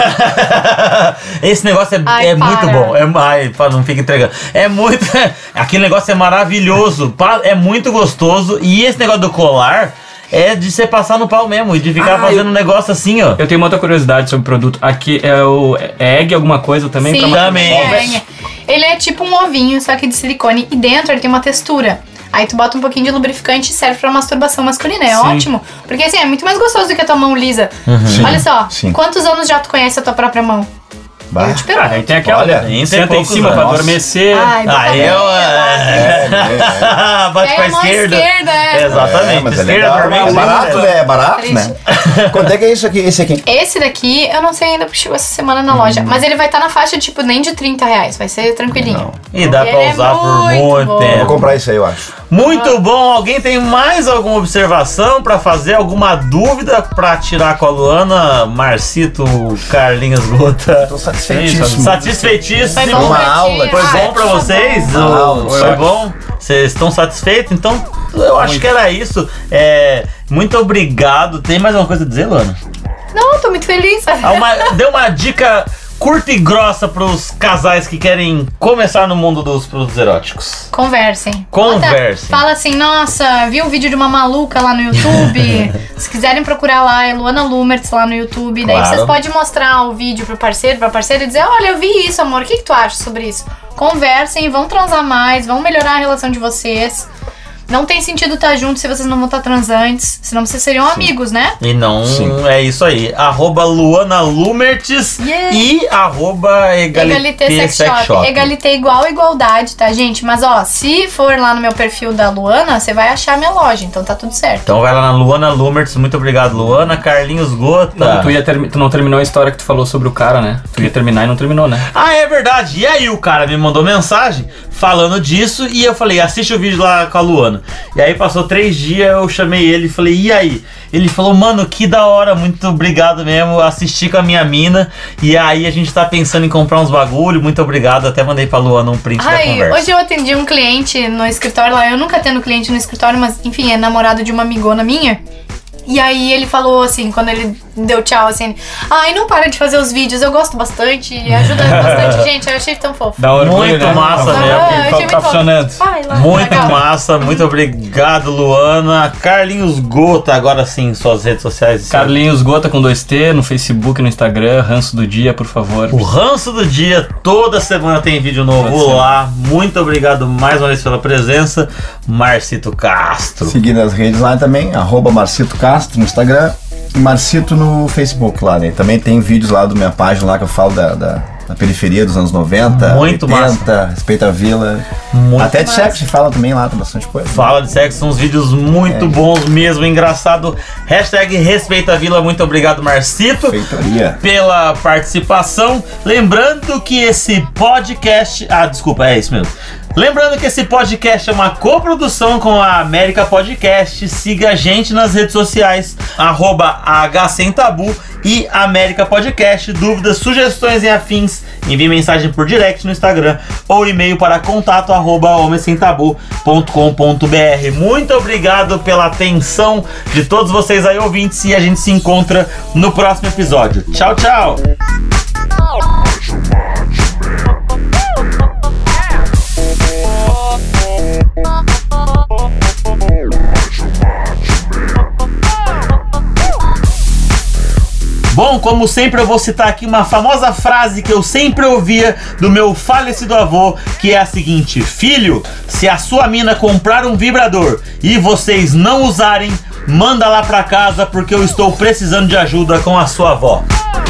tá. Esse negócio é, Ai, é para. muito bom. É, ai, para, não fica entregando. É muito. Aquele negócio é maravilhoso. pa- É muito gostoso. E esse negócio do colar é de você passar no pau mesmo e de ficar Ah, fazendo um negócio assim, ó. Eu tenho uma outra curiosidade sobre o produto. Aqui é o é egg alguma coisa também? Sim, pra também. é. Ele é tipo um ovinho, só que de silicone, e dentro ele tem uma textura. Aí tu bota um pouquinho de lubrificante e serve pra masturbação masculina. É Sim. ótimo. Porque assim, é muito mais gostoso do que a tua mão lisa. Sim, Olha só, sim. quantos anos já tu conhece a tua própria mão? Bah. Eu te Ah, pergunto. aí tem aquela. Olha, né? tem Senta em poucos cima pra anos. adormecer. Ai, bota Aí bem, eu. É, Bate É com a a mão esquerda. esquerda, é. Exatamente. É, mas é esquerda, legal. dormente, É barato, né? né? É barato, né? Quanto é que é isso aqui? Esse aqui? Esse daqui, eu não sei ainda porque chegou essa semana na loja. Mas ele vai estar na faixa, tipo, nem de trinta reais. Vai ser tranquilinho. E dá Ele pra é usar por muito muito bom. Vou tempo. comprar isso aí, eu acho. Muito bom. Alguém tem mais alguma observação pra fazer? Alguma dúvida pra tirar com a Luana? Marcito, Carlinhos Gota. Tô satisfeitíssimo. Satisfeitíssimo. Foi bom Uma pra ti? aula. Foi Ah, bom pra tá vocês? bom. Uma O- aula. Foi bom? Vocês estão satisfeitos? Então, eu acho que era isso. É, muito obrigado. Tem mais alguma coisa a dizer, Luana? Não, tô muito feliz. Ah, uma- dê uma dica curta e grossa pros casais que querem começar no mundo dos produtos eróticos. Conversem. Conversem. Conta- fala assim, nossa, vi um vídeo de uma maluca lá no YouTube. Se quiserem procurar lá, é Luana Lumertz lá no YouTube. Daí Claro. vocês podem mostrar o vídeo pro parceiro, pra parceira e dizer, olha, eu vi isso, amor, o que, que tu acha sobre isso? Conversem, vão transar mais, vão melhorar a relação de vocês. não tem sentido estar junto se vocês não vão estar transantes, senão vocês seriam Sim. amigos, né? E não Sim. é isso aí. Arroba Luana Lumertes Yeah. e arroba Egalité, Egalité Sex, Sex Shop. Shop. Egalité igual igualdade, tá, gente? Mas ó, se for lá no meu perfil da Luana, você vai achar a minha loja, então tá tudo certo. Então vai lá na Luana Lumertes, muito obrigado, Luana. Carlinhos Gota. Não, tu, ia ter, tu não terminou a história que tu falou sobre o cara, né? Tu ia terminar e não terminou, né? Ah, é verdade. E aí o cara me mandou mensagem falando disso e eu falei, assiste o vídeo lá com a Luana. E aí passou três dias, eu chamei ele e falei, e aí? Ele falou, mano, que da hora, muito obrigado mesmo, assisti com a minha mina e aí a gente tá pensando em comprar uns bagulho, muito obrigado, até mandei pra Luana um print Ai, da conversa. Hoje eu atendi um cliente no escritório lá, eu nunca atendo cliente no escritório, mas enfim, é namorado de uma amigona minha. E aí ele falou assim, quando ele deu tchau, assim, ai, não para de fazer os vídeos, eu gosto bastante, ajuda bastante, gente, eu achei tão fofo. Dá orgulho, Muito né? massa, Ah, né? Ah, eu achei Tá muito funcionando. fofo. Vai lá, Muito legal. massa, muito obrigado, Luana. Carlinhos Gota, agora sim, suas redes sociais. Carlinhos Gota com dois T, no Facebook, no Instagram, Ranço do Dia, por favor. O Ranço do Dia, toda semana tem vídeo novo Toda lá. Muito obrigado mais uma vez pela presença, Marcito Castro. Seguindo as redes lá também, arroba Marcito Castro no Instagram e Marcito no Facebook lá, né? Também tem vídeos lá da minha página lá que eu falo da, da, da periferia dos anos noventa, Muito oitenta, respeito à vila. Muito Até de sexo fala também lá, tem bastante coisa. Fala de sexo, são uns vídeos muito É. bons mesmo, engraçado. Hashtag Respeita a Vila, muito obrigado, Marcito, Feitoria. pela participação. Lembrando que esse podcast... Ah, desculpa, é isso mesmo. Lembrando que esse podcast é uma coprodução com a América Podcast. Siga a gente nas redes sociais, arroba H Sem Tabu e América Podcast. Dúvidas, sugestões e afins, envie mensagem por direct no Instagram ou e-mail para contato arroba homem sem tabu ponto com ponto b r. Muito obrigado pela atenção de todos vocês aí, ouvintes, e a gente se encontra no próximo episódio. Tchau, tchau! Bom, como sempre eu vou citar aqui uma famosa frase que eu sempre ouvia do meu falecido avô, que é a seguinte: filho, se a sua mina comprar um vibrador e vocês não usarem, manda lá pra casa porque eu estou precisando de ajuda com a sua avó.